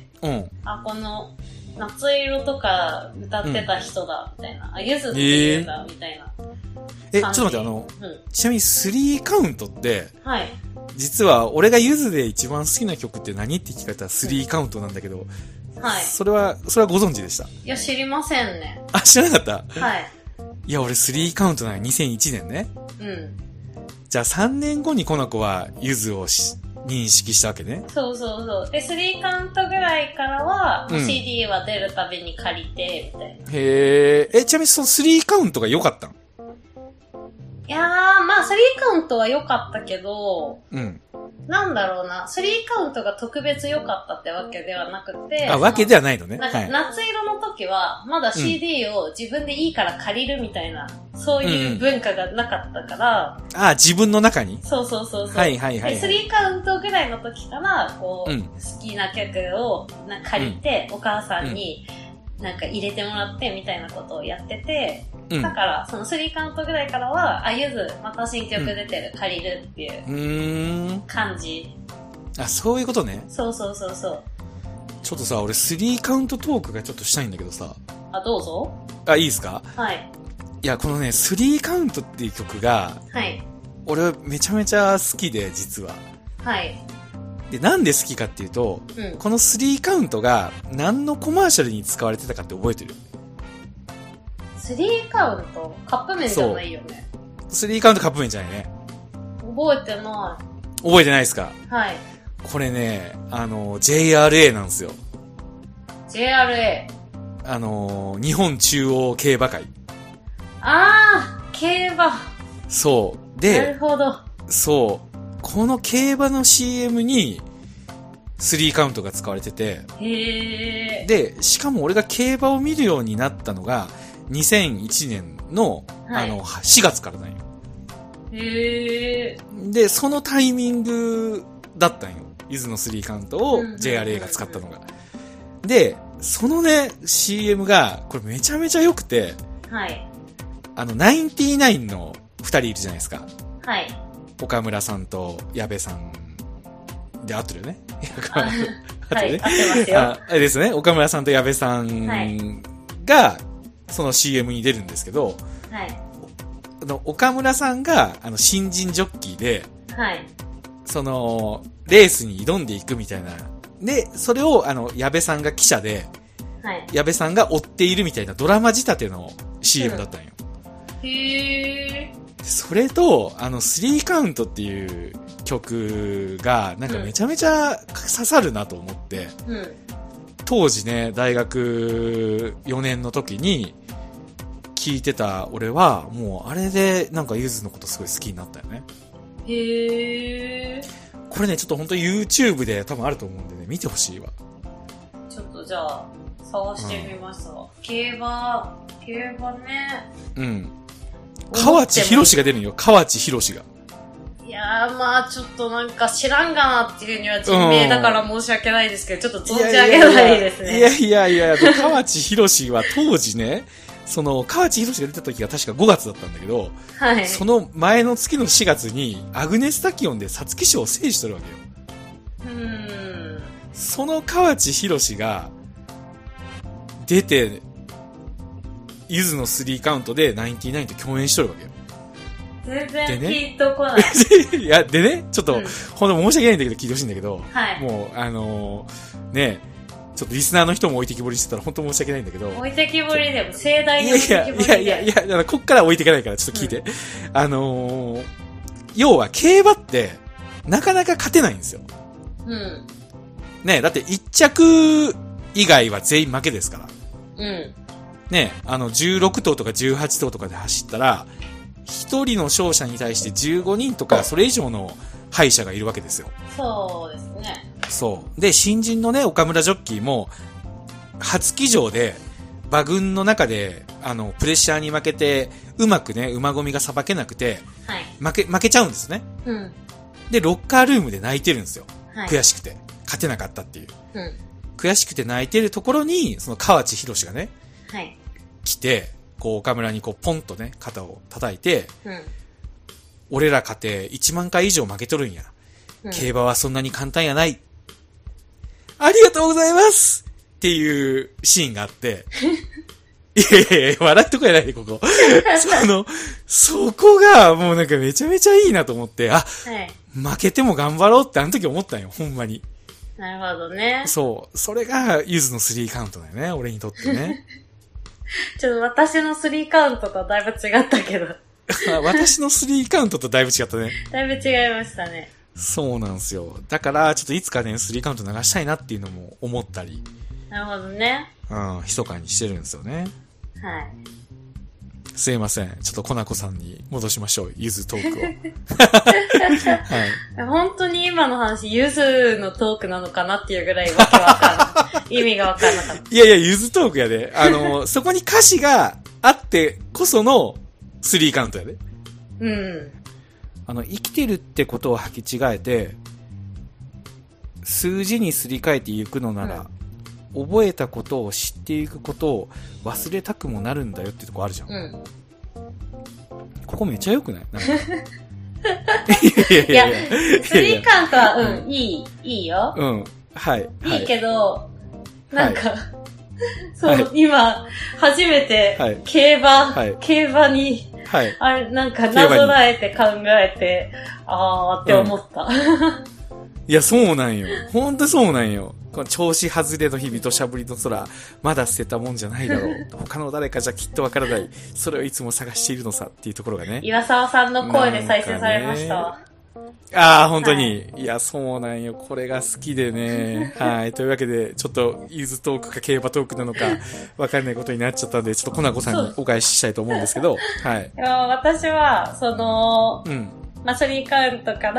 うんうん、あ、この夏色とか歌ってた人だ、みたいな。うん、あ、ゆずって言うんだ、みたいな。 え、ちょっと待って、あの、うん、ちなみにスリーカウントって、はい。実は俺がゆずで一番好きな曲って何って聞かれたらスリーカウントなんだけど、はい。それは、それはご存知でした？いや、知りませんね。 あ、知らなかった？ はい。 いや、俺スリーカウントなのにせんいちねんね。うん。じゃあさんねんごにこの子はゆずをし認識したわけね。 そうそうそう。で、スリーカウントぐらいからは、うん、シーディー は出るたびに借りて、みたいな。 へー。え、ちなみにそのスリーカウントが良かったの？ いやー、まあスリーカウントは良かったけど、うん。なんだろうな、スリーカウントが特別良かったってわけではなくて。 あ、わけではないのね。 なんか、夏色の時は、まだ シーディー を自分でいいから借りるみたいな、うん、そういう文化がなかったから。 うん、あ、自分の中に？ そうそうそうそう。 はいはいはい、はい。 で、スリーカウントぐらいの時から、こう、うん、好きな曲をな借りて、うん、お母さんに、なんか入れてもらってみたいなことをやってて、うん、だから、そのスリーカウントぐらいからは、あ、ゆず、また新曲出てる、うん、借りるっていう感じ。 あ、そういうことね。 そうそうそうそう。 ちょっとさ、俺スリーカウントトークがちょっとしたいんだけどさ。 あ、どうぞ。 あ、いいですか？ はい。 いや、このね、スリーカウントっていう曲が、はい。俺はめちゃめちゃ好きで、実は。はい。で、なんで好きかっていうと、うん、このスリーカウントが何のコマーシャルに使われてたかって覚えてる？ スリーカウント？カップ麺じゃないよね。 スリーカウントカップ麺じゃないね。 覚えてない。 覚えてないですか？ はい。 これね、あの、ジェイアールエー なんですよ。 ジェイアールエー？ あの、日本中央競馬会。 あー、競馬。 そう。で、 なるほど。 そう。この競馬の シーエム に、スリーカウントが使われてて。 へー。 で、しかも俺が競馬を見るようになったのが、にせんいちねんの、はい、あの、しがつからなんよ。 へー。で、そのタイミングだったんよ。ゆずのスリーカウントを ジェイアールエー が使ったのが。で、そのね、シーエム が、これめちゃめちゃ良くて、 はい。 あの、ナインティナインの二人いるじゃないですか。 はい。 岡村さんと矢部さんで合ってるよね。 はい、合ってますよ。あれですね。岡村さんと矢部さんが、その シーエム に出るんですけど、はい。あの、岡村さんが、あの、新人ジョッキーで、はい。その、レースに挑んでいくみたいな。で、それを、あの、矢部さんが記者で、はい。矢部さんが追っているみたいなドラマ仕立ての シーエム だったんよ。 うん、へー。 それと、あの、スリーカウントっていう曲が、なんかめちゃめちゃ刺さるなと思って、うん、当時ね、大学よねんの時に聴いてた俺は、もうあれでなんかゆずのことすごい好きになったよね。 へー。 これね、ちょっと本当 YouTube で多分あると思うんでね、見てほしいわ。 ちょっとじゃあ、探してみますわ。うん、競馬、競馬ね。 うん。河内博士が出るんよ。河内博士が。 いやー、まあちょっとなんか知らんがなっていうには人名だから申し訳ないですけど、うん、ちょっと存じ上げないですね。 いやいやいやいや、河内博士は当時ね、その、河内博士が出た時が確かごがつだったんだけど、はい。その前の月のしがつに、アグネスタキオンで皐月賞を制してるわけよ。うーん。その河内博士が、出て、ゆずのスリーカウントでナインティナインと共演しとるわけよ。 全然聞いとこない。 いや、でね、ちょっと、うん、ほんと申し訳ないんだけど聞いてほしいんだけど、 はい。 もう、あのー、ね、ちょっとリスナーの人も置いてきぼりしてたら本当申し訳ないんだけど。 置いてきぼりでも盛大に置いてきぼりで。 いやいやいやいや、こっから置いていかないからちょっと聞いて。うん、あのー、要は競馬って、なかなか勝てないんですよ。 うん。 ね、だって一着以外は全員負けですから。 うん。 ね、あのじゅうろくとうとかじゅうはちとうとかで走ったら、一人の勝者に対してじゅうごにんとかそれ以上の敗者がいるわけですよ。 そうですね。 そう。で、新人のね、岡村ジョッキーも、初騎乗で、馬群の中で、あの、プレッシャーに負けて、うまくね、馬込みがさばけなくて、 はい、 負け、負けちゃうんですね。 うん。 で、ロッカールームで泣いてるんですよ。 はい、 悔しくて。勝てなかったっていう。 うん。 悔しくて泣いてるところに、その河内博がね、 はい。 来て、こう、岡村にこう、ポンとね、肩を叩いて、 うん。 俺ら勝ていちまんかい以上負けとるんや。うん、競馬はそんなに簡単やない。ありがとうございますっていうシーンがあって、いやいやいや、笑っとこやないで、ここ。その、そこがもうなんかめちゃめちゃいいなと思って、あ、はい、負けても頑張ろうってあの時思ったんよ、ほんまに。 なるほどね。 そう。それがゆずのスリーカウントだよね、俺にとってね。 ちょっと私のスリーカウントとはだいぶ違ったけど。 私のスリーカウントとだいぶ違ったね。 だいぶ違いましたね。 そうなんですよ。だから、ちょっといつかね、スリーカウント流したいなっていうのも思ったり。 なるほどね。 うん、密かにしてるんですよね。 はい。 すいません。ちょっとコナコさんに戻しましょう。ゆずトークを。はい。 本当に今の話、ゆずのトークなのかなっていうぐらいわけわかんない。意味がわかんなかった。 いやいや、ゆずトークやで。あの、そこに歌詞があってこそのスリーカウントやで。 うん。 あの、生きてるってことを履き違えて、数字にすり替えていくのなら、うん、覚えたことを知っていくことを忘れたくもなるんだよってとこあるじゃん。 うん、 ここめっちゃ良くないなんかいやいやいや、スリーカウントは、うん、いい、いいよ。 うん、はい。 いいけど、なんか、はい、そう、はい、今、初めて、競馬、はい、競馬に、はい、あれ、なんか、なぞらえて考えて、あーって思った。うん、 いや、そうなんよ。ほんとそうなんよ。この調子外れの日々としゃぶりの空、まだ捨てたもんじゃないだろう。他の誰かじゃきっとわからない。それをいつも探しているのさっていうところがね。 岩沢さんの声で再生されましたわ。 ああ、本当に、はい。いや、そうなんよ。これが好きでね。はい。というわけで、ちょっと、ゆずトークか競馬トークなのか、わかんないことになっちゃったんで、ちょっとコナコさんにお返ししたいと思うんですけど、はい。 いや私は、その、うん、まあ、スリーカウントから、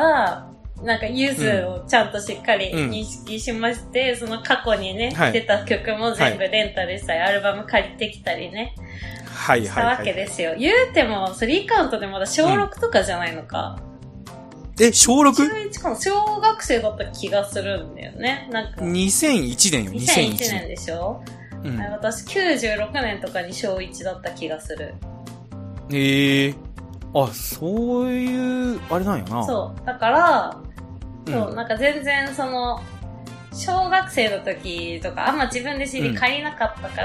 なんか、ゆずをちゃんとしっかり認識しまして、うん、その過去にね、はい、出た曲も全部レンタルしたり、はい、アルバム借りてきたりね、 はい、 したわけですよ。言うても、スリーカウントでまだ小ろくとかじゃないのか。 うん、え、小 ろく？ 中いちかな、小学生だった気がするんだよね。なんか。 にせんいちねんよ、 にせんいちねんでしょ、 うん、 私きゅうじゅうろくねんとかに小いちだった気がする。 へえー。あ、そういう、あれなんやな。 そう。だから、そう、うん、なんか全然その、小学生の時とかあんま自分で シーディー 借りなかったから、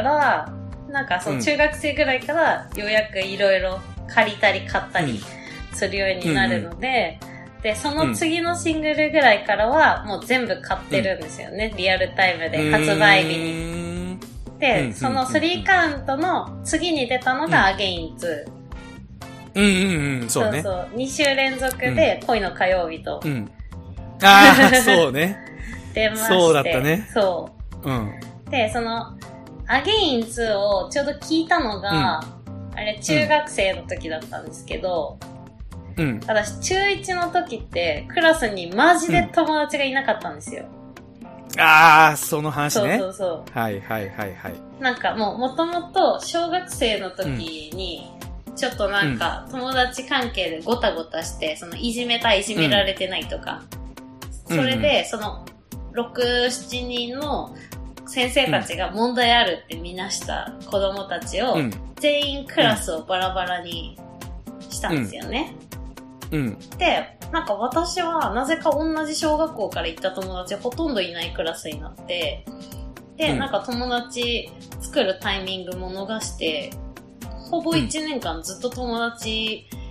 うん、なんかその中学生ぐらいからようやくいろいろ借りたり買ったりするようになるので、うん、で、その次のシングルぐらいからはもう全部買ってるんですよね。うん、リアルタイムで発売日に。で、うん、そのスリーカウントの次に出たのがアゲインツー。 うんうんうん、そうね。 そうそう。に週連続で恋の火曜日と。 うん。ああ、そうね。 出まして。 そうだったね。 そう。 うん。 で、その、アゲインツーをちょうど聞いたのが、うん、あれ中学生の時だったんですけど、 うん。 私中いちの時ってクラスにマジで友達がいなかったんですよ。 うん、ああ、その話ね。 そうそうそう。 はいはいはいはい。 なんかもうもともと小学生の時に、うんちょっとなんか、友達関係でごたごたして、そのいじめたい、いじめられてないとか、うん、それで、その、ろく、しちにんの先生たちが問題あるって見なした子供たちを、うん、全員クラスをバラバラにしたんですよね。 うん。 で、なんか私はなぜか同じ小学校から行った友達ほとんどいないクラスになって、で、うん、なんか友達作るタイミングも逃して、ほぼいちねんかんずっと友達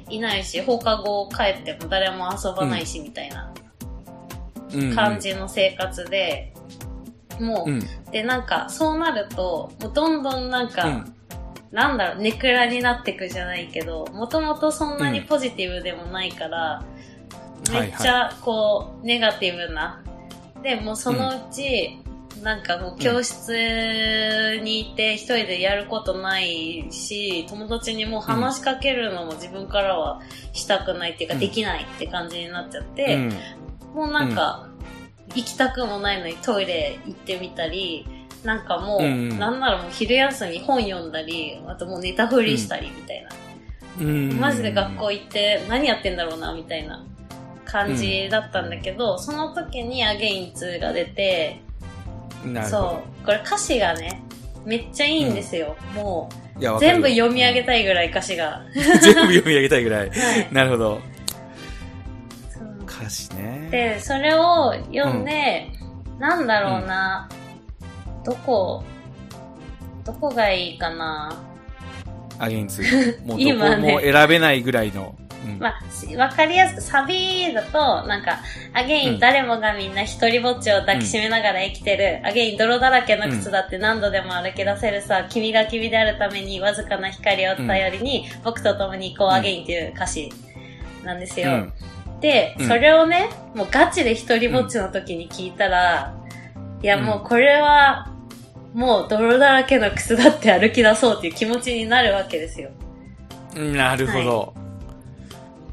いないし、放課後帰っても誰も遊ばないし、みたいな感じの生活で、うんうん、もう、うん、で、なんか、そうなると、もうどんどんなんか、うん、なんだろう、ネクラになってくじゃないけど、もともとそんなにポジティブでもないから、うん、めっちゃ、こう、ネガティブな。で、もうそのうち、うん、なんかもう教室にいて一人でやることないし、友達にもう話しかけるのも自分からはしたくないっていうか、できないって感じになっちゃって、うん、もうなんか、行きたくもないのにトイレ行ってみたり、なんかもう、うん、なんならもう昼休み本読んだり、あともう寝たふりしたりみたいな。うん、マジで学校行って何やってんだろうなみたいな感じだったんだけど、うん、その時にアゲインツーが出て、そう、これ歌詞がね、めっちゃいいんですよ。うん、もう、全部読み上げたいぐらい歌詞が。 全部読み上げたいぐらい。はい、なるほど。歌詞ね。 で、それを読んで、うん、なんだろうな、うん、どこ、どこがいいかな。 アゲインツー。もうどこも選べないぐらいの。うん、 まあ、わかりやすく、サビだと、なんか、アゲイン、うん、誰もがみんな一人ぼっちを抱きしめながら生きてる。うん、アゲイン、泥だらけの靴だって何度でも歩き出せるさ。うん、君が君であるためにわずかな光を頼りに、うん、僕と共に行こう、アゲインっていう歌詞なんですよ。うんで、うん、それをね、もうガチで一人ぼっちの時に聞いたら、うん、いやもうこれは、もう泥だらけの靴だって歩き出そうっていう気持ちになるわけですよ。 なるほど。はい、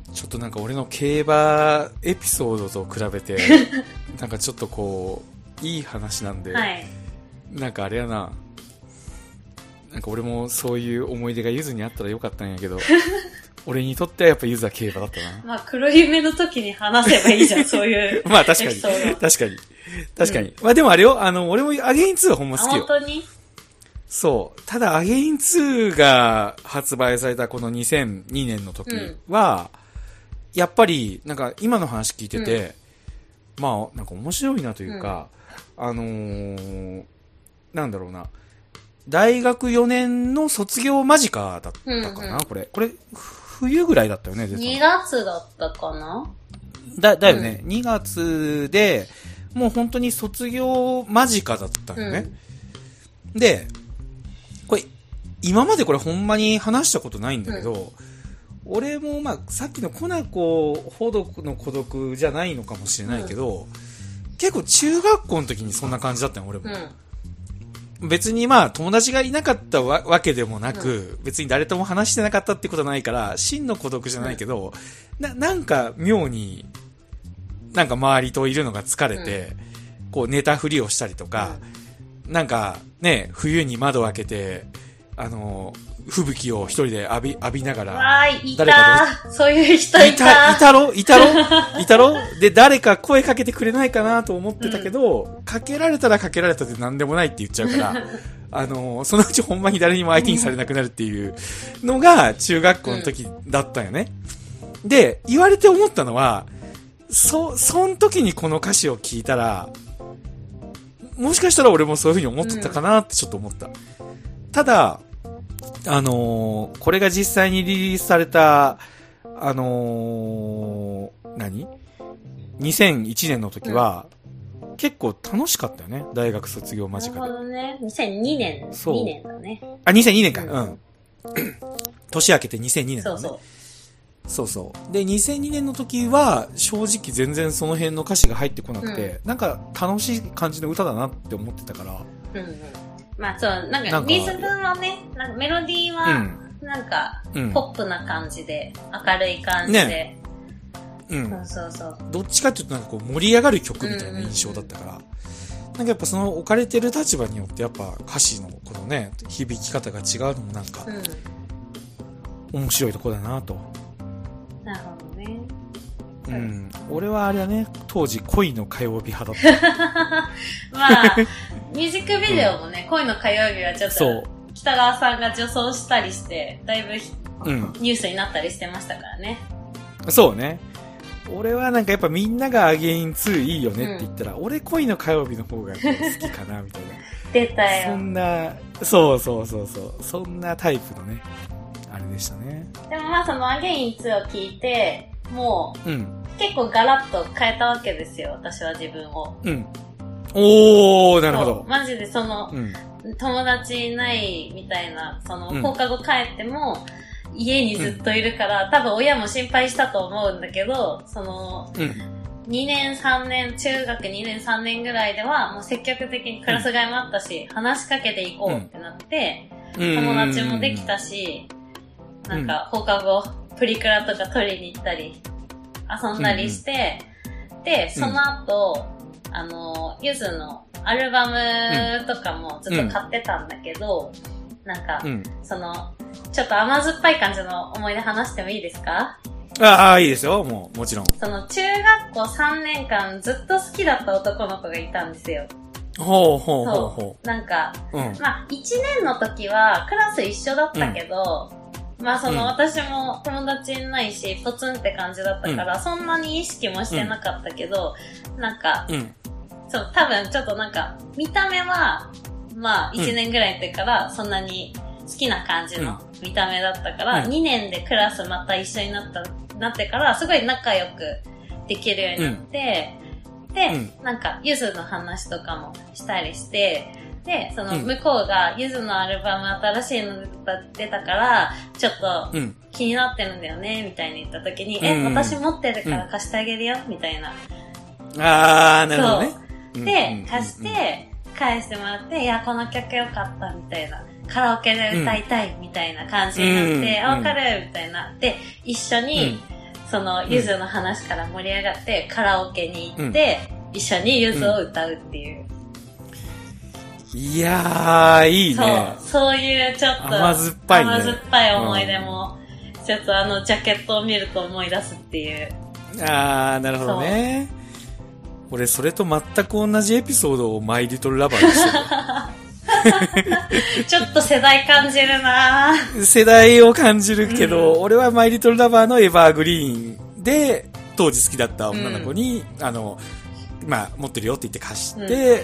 ちょっとなんか俺の競馬エピソードと比べて、なんかちょっとこう、いい話なんで、はい、なんかあれやな、なんか俺もそういう思い出がゆずにあったらよかったんやけど、俺にとってはやっぱユーザー競馬だったな。 まあ黒夢の時に話せばいいじゃん、そういう。 まあ確かに。確かに。確かに。うん、まあでもあれよ、あの、俺もアゲインツーはほんま好きよ。 本当に？ そう。ただアゲインツーが発売されたこのにせんにねんの時は、うん、やっぱり、なんか今の話聞いてて、うん、まあなんか面白いなというか、うん、あのー、なんだろうな。大学よねんの卒業間近だったかな、うんうん、これ。これ、冬ぐらいだったよね、 にがつだったかなだ、だよね、うん。にがつで、もう本当に卒業間近だったよね。うん、で、これ、今までこれほんまに話したことないんだけど、うん、俺もまあ、さっきのコナコほどの孤独じゃないのかもしれないけど、うん、結構中学校の時にそんな感じだったよ、俺も。うん別にまあ友達がいなかったわ, わけでもなく、うん、別に誰とも話してなかったってことはないから真の孤独じゃないけど、うん、な, なんか妙になんか周りといるのが疲れて、うん、こう寝たふりをしたりとか、うん、なんかね冬に窓を開けてあの吹雪を一人で浴び浴びながらわーい誰かどそういう人いたいたいたろいたろいたろで誰か声かけてくれないかなと思ってたけど、うん、かけられたらかけられたで何でもないって言っちゃうからあのそのうちほんまに誰にも相手にされなくなるっていうのが中学校の時だったよね、うん、で言われて思ったのはそその時にこの歌詞を聞いたらもしかしたら俺もそういう風に思ってたかなってちょっと思った、うん、ただあのー、これが実際にリリースされた、あのー、何 ?にせんいちねんの時は、うん、結構楽しかったよね。大学卒業間近で。 なるほどね。にせんにねん。そう。にねんだね。 あ、にせんにねんか。うん。うん、年明けてにせんにねんだね。そうそう。そうそう。で、にせんにねんの時は、正直全然その辺の歌詞が入ってこなくて、うん、なんか楽しい感じの歌だなって思ってたから。うんうんまあそう、なんかリズムはね、なんかメロディーは、なんか、ポップな感じで、うん、明るい感じで。ね、うん。そうそうそう。 どっちかっていうとなんかこう盛り上がる曲みたいな印象だったから、うんうんうん、なんかやっぱその置かれてる立場によってやっぱ歌詞のこのね、響き方が違うのもなんか、うん、面白いところだなと。 なるほどね。 うん。俺はあれだね、当時恋の火曜日派だった。 まあ、ミュージックビデオもね、うん、恋の火曜日はちょっと、北川さんが女装したりして、だいぶ、うん、ニュースになったりしてましたからね。 そうね。俺はなんかやっぱみんながアゲインツーいいよねって言ったら、うん、俺恋の火曜日の方が好きかな、みたいな。 出たよ。 そんな、そうそうそうそう、そんなタイプのね、あれでしたね。 でもまあそのアゲインツーを聞いて、もう、うん、結構ガラッと変えたわけですよ、私は自分を。 うん。おー、なるほど。 マジでその、うん、友達いないみたいな、その、放課後帰っても、家にずっといるから、うん、多分親も心配したと思うんだけど、その、うん、にねんさんねん、中学にねんさんねんぐらいでは、もう積極的にクラス替えもあったし、うん、話しかけていこうってなって、うん、友達もできたし、うん、なんか放課後、プリクラとか撮りに行ったり、遊んだりして、うん、で、その後、うん、あの、ゆずのアルバムとかもずっと買ってたんだけど、うん、なんか、うん、その、ちょっと甘酸っぱい感じの思い出話してもいいですか？ ああ、いいですよ。もう、もちろん。 その、中学校さんねんかんずっと好きだった男の子がいたんですよ。 ほうほうほうほう。なんか、うん、まあ、いちねんの時はクラス一緒だったけど、うん、まあその、うん、私も友達いないし、ポツンって感じだったから、うん、そんなに意識もしてなかったけど、うん、なんか、うん、そう、多分ちょっとなんか、見た目は、まあいちねんぐらいの時からそんなに好きな感じの見た目だったから、うん、にねんでクラスまた一緒になった、なってから、すごい仲良くできるようになって、うん、で、うん、なんか、ゆずの話とかもしたりして、で、その向こうがゆずのアルバム新しいの出たから、ちょっと気になってるんだよね、みたいに言った時に、うん、え、私持ってるから貸してあげるよ、みたいな。 あー、なるほどね。 そう。で、貸して、返してもらって、いや、この曲良かった、みたいな。カラオケで歌いたい、みたいな感じになって、あ、わかる、みたいな。で、一緒に、その、ゆずの話から盛り上がって、カラオケに行って、一緒にゆずを歌うっていう。 いやー、いいね。 そう、そういうちょっと、 甘酸っぱいね。 甘酸っぱい思い出も、うん、ちょっとあの、ジャケットを見ると思い出すっていう。 あー、なるほどね。俺、それと全く同じエピソードをマイリトルラバーにしてる。ちょっと世代感じるな世代を感じるけど、うん、俺はマイリトルラバーのエバーグリーンで、当時好きだった女の子に、うん、あの、まあ、持ってるよって言って貸して、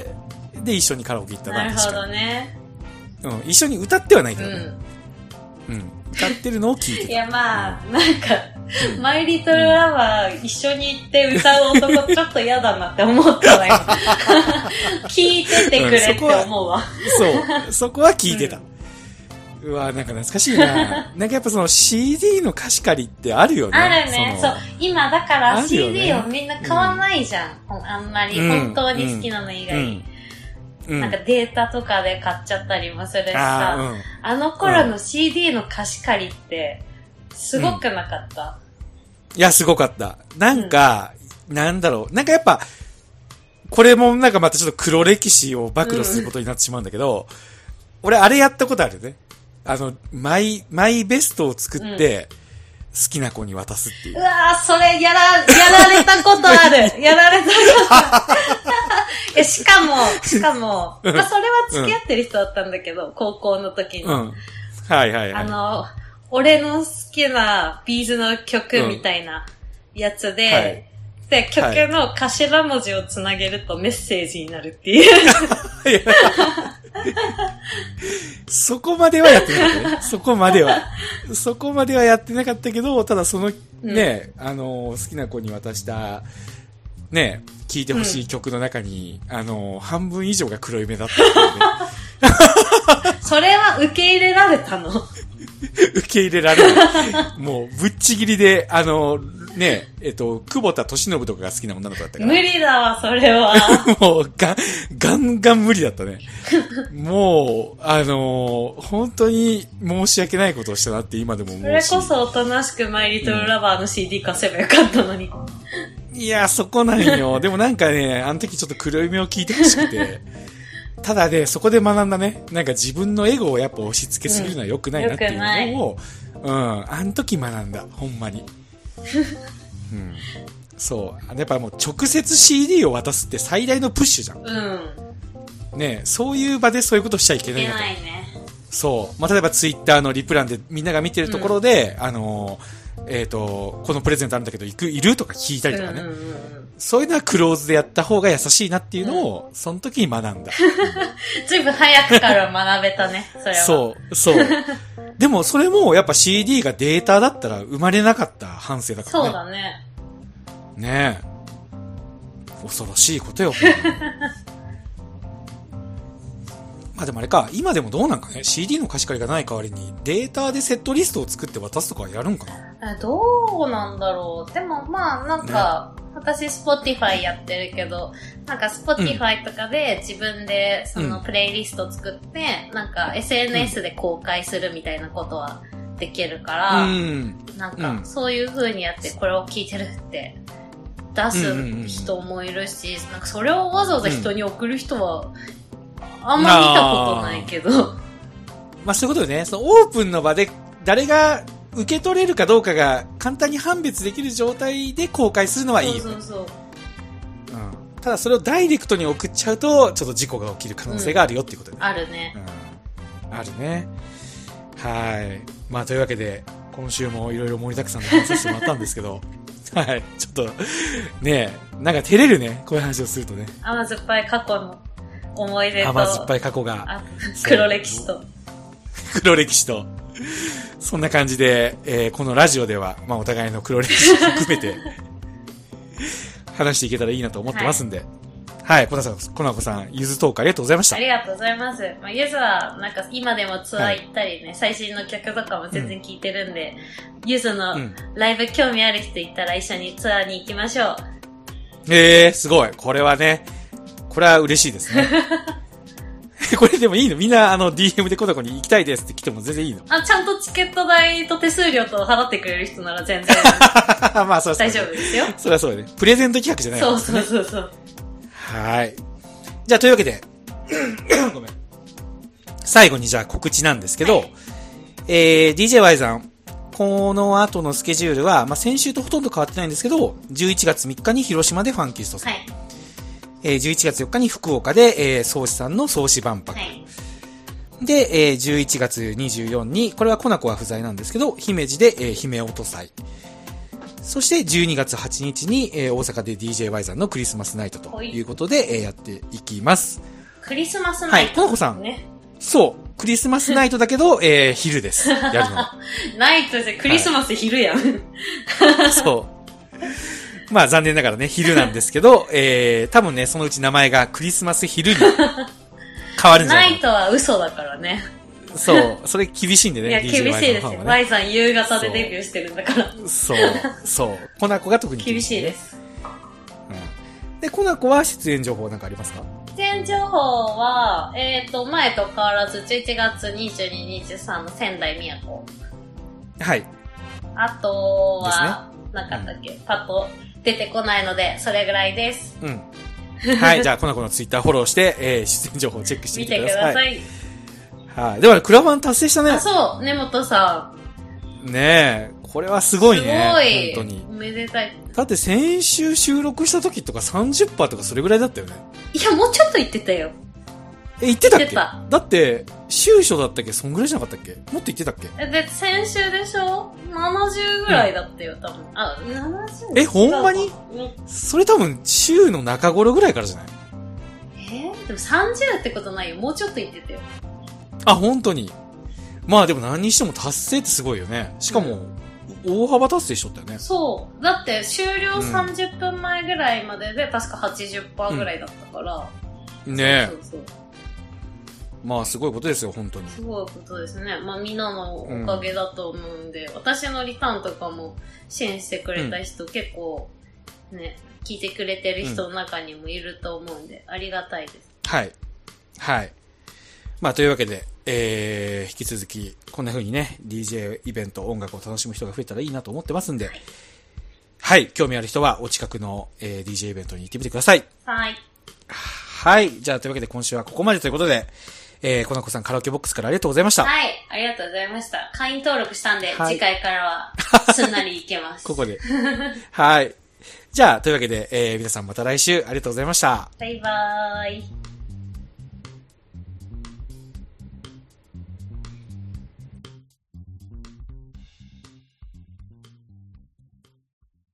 うん、で、一緒にカラオケ行ったな。 なるほどね。 うん、一緒に歌ってはないけどね。うん。うん、歌ってるのを聞いてた。 いや、まあ、なんか、うん、マイリトルラバー一緒に行って歌う男ちょっと嫌だなって思ったわよ。聞いててくれって思うわ。 そう、そこは聞いてた。うん、うわ、なんか懐かしいな。なんかやっぱその シーディー の貸し借りってあるよね。 あるね。そう。今だから シーディー をみんな買わないじゃん。うん、あんまり、本当に好きなの以外。うんうん、なんかデータとかで買っちゃったりもするしさ、あ,、うん、あの頃の シーディー の貸し借りってすごくなかった、 うん、いやすごかった。なんか、うん、なんだろう、なんかやっぱこれもなんかまたちょっと黒歴史を暴露することになってしまうんだけど、うん、俺あれやったことあるね。あのマイマイベストを作って、うん、好きな子に渡すっていう。 うわー、それやら、やられたことある。やられたことある。え、しかも、しかも、まあ、それは付き合ってる人だったんだけど、うん、高校の時に。うん。 はいはいはい。 あの、俺の好きなビーズの曲みたいなやつで、うんはい、で、曲の頭文字をつなげるとメッセージになるっていう。 そこまではやってなかったね。そこまでは。そこまではやってなかったけど、ただそのね、うん、あの、好きな子に渡した、ね、聴いてほしい曲の中に、うん、あの、半分以上が黒い目だったんだよね。それは受け入れられたの？ 受け入れられない。もう、ぶっちぎりで、あの、ねえ、えっと、久保田利伸とかが好きな女の子だったから。 無理だわ、それは。 もう、が、ガンガン無理だったね。もう、あのー、本当に申し訳ないことをしたなって今でも思うし。 それこそおとなしくマイリトルラバーの シーディー 貸せばよかったのに。 うん、いや、そこなんよ。でもなんかね、あの時ちょっと黒い目を聞いてほしくて。ただね、そこで学んだね、なんか自分のエゴをやっぱ押し付けすぎるのは良くないなっていうのを、うん、うん、あの時学んだ、ほんまに。うん、そう。やっぱもう直接 シーディー を渡すって最大のプッシュじゃん。うん。ね、そういう場でそういうことしちゃいけないなと。いけないね。そう。まあ、例えばツイッターのリプランでみんなが見てるところで、うん、あの、えっと、このプレゼントあるんだけど、行く、いるとか聞いたりとかね。うんうんうん、そういうのはクローズでやった方が優しいなっていうのを、うん、その時に学んだ。 ずいぶん早くから学べたね、それは。 そう、そう。 でもそれもやっぱ シーディー がデータだったら生まれなかった反省だからね。 そうだね。 ねえ。恐ろしいことよ。まあでもあれか、今でもどうなんかね、シーディー の貸し借りがない代わりにデータでセットリストを作って渡すとかやるんかな。 どうなんだろう。でもまあなんか、ね、私 Spotify やってるけど、なんか Spotify とかで自分でそのプレイリスト作って、うん、なんか エスエヌエス で公開するみたいなことはできるから、うん、なんかそういう風にやってこれを聞いてるって出す人もいるし、なんかそれをわざわざ人に送る人はあんま見たことないけど。 まあそういうことよね。そのオープンの場で誰が受け取れるかどうかが簡単に判別できる状態で公開するのはいいよね。そうそうそう。うん。ただそれをダイレクトに送っちゃうと、ちょっと事故が起きる可能性があるよっていうことね。 うん、あるね。 うん。あるね。はい。まあというわけで、今週もいろいろ盛りだくさんで話させてもらったんですけど、はい。ちょっと、ねえ、なんか照れるね。こういう話をするとね。 甘酸っぱい過去の思い出と。 甘酸っぱい過去が。 黒歴史と。 黒歴史と。そんな感じで、えー、このラジオでは、まあお互いの黒歴史を含めて、話していけたらいいなと思ってますんで。はい。はい、コナさん、コナコさん、ゆずトークありがとうございました。 ありがとうございます。まあ、ゆずは、なんか今でもツアー行ったりね、はい、最新の曲とかも全然聴いてるんで、ゆずのライブ興味ある人いたら一緒にツアーに行きましょう。 えー、すごい。これはね、これは嬉しいですね。これでもいいの？みんなあの ディーエム でコナコに行きたいですって来ても全然いいの？ あ、ちゃんとチケット代と手数料と払ってくれる人なら全然まあそう大丈夫ですよ。 それはそうだね。プレゼント企画じゃない、ね、 そうそうそうそう。 はい。じゃあというわけでごめん。最後にじゃあ告知なんですけど、はい、えー、ディージェーワイ さん、この後のスケジュールは、まあ、先週とほとんど変わってないんですけど、じゅういちがつみっかに広島でファンキストさん。はい、えー、じゅういちがつよっかに福岡で、えー、宗師さんの宗師万博。はい、で、えー、じゅういちがつにじゅうよっかに、これはコナコは不在なんですけど、姫路で、えー、姫音祭。そしてじゅうにがつはちにちに、えー、大阪で ディージェーワイ さんのクリスマスナイトということで、えー、やっていきます。 クリスマスナイト、ね、はい、 コナコさん。そう。クリスマスナイトだけど、えー、昼です。やるの。 ナイトでクリスマス昼やん。 はい、そう。まあ残念ながらね、昼なんですけど、えー、多分ね、そのうち名前がクリスマス昼に変わるんじゃないかな。 ナイトは嘘だからね。 そう。それ厳しいんでね。 いや、厳しいですよ。Y さん夕方でデビューしてるんだから。 そう。そう。コナコが特に厳しい、ね、厳しいです。 うん。で、コナコは出演情報なんかありますか？ 出演情報は、えっと、前と変わらずじゅういちがつにじゅうに、にじゅうさんの仙台宮古。 はい。 あとは、ね、なかったっけ、うん、パッと出てこないので、それぐらいです。 うん。はい。じゃあ、コナコのツイッターフォローして、えー、出演情報をチェックしてみてください。見てください。はい。では、クラファン達成したね。 あ、そう。根本さん。ねえ。これはすごいね。 すごい。 本当に。 おめでたい。 だって先週収録した時とか さんじゅっパーセント とかそれぐらいだったよね。 いや、もうちょっと言ってたよ。 え、言ってたっけ？ 言ってた。 だって、週初だったっけ？そんぐらいじゃなかったっけ？もっと言ってたっけ？ え、で、先週でしょ ?ななじゅう ぐらいだったよ、多分。あ、ななじゅう? え、ほんまに？それ多分、週の中頃ぐらいからじゃない？ えー、でもさんじゅうってことないよ。もうちょっと言ってたよ。 あ、本当に。まあでも何にしても達成ってすごいよね。しかも、うん、大幅達成しとったよね。 そう。だって終了さんじゅっぷんまえぐらいまでで、うん、確か はちじゅっパーセント ぐらいだったから。 うん、ねえ。そうそうそう。まあすごいことですよ、本当に。 すごいことですね。まあみんなのおかげだと思うんで、うん、私のリターンとかも支援してくれた人、うん、結構ね、聞いてくれてる人の中にもいると思うんで、うん、ありがたいです。はい。 はい。まあというわけで、えー、引き続き、こんな風にね、ディージェー イベント、音楽を楽しむ人が増えたらいいなと思ってますんで、はい、はい、興味ある人はお近くの、えー、ディージェー イベントに行ってみてください。 はい。 はい。じゃあというわけで今週はここまでということで、えー、コナコさんカラオケボックスからありがとうございました。 はい。ありがとうございました。会員登録したんで、はい、次回からはすんなりいけます。 ここで。はい。じゃあ、というわけで、えー、皆さんまた来週ありがとうございました。 バイバーイ。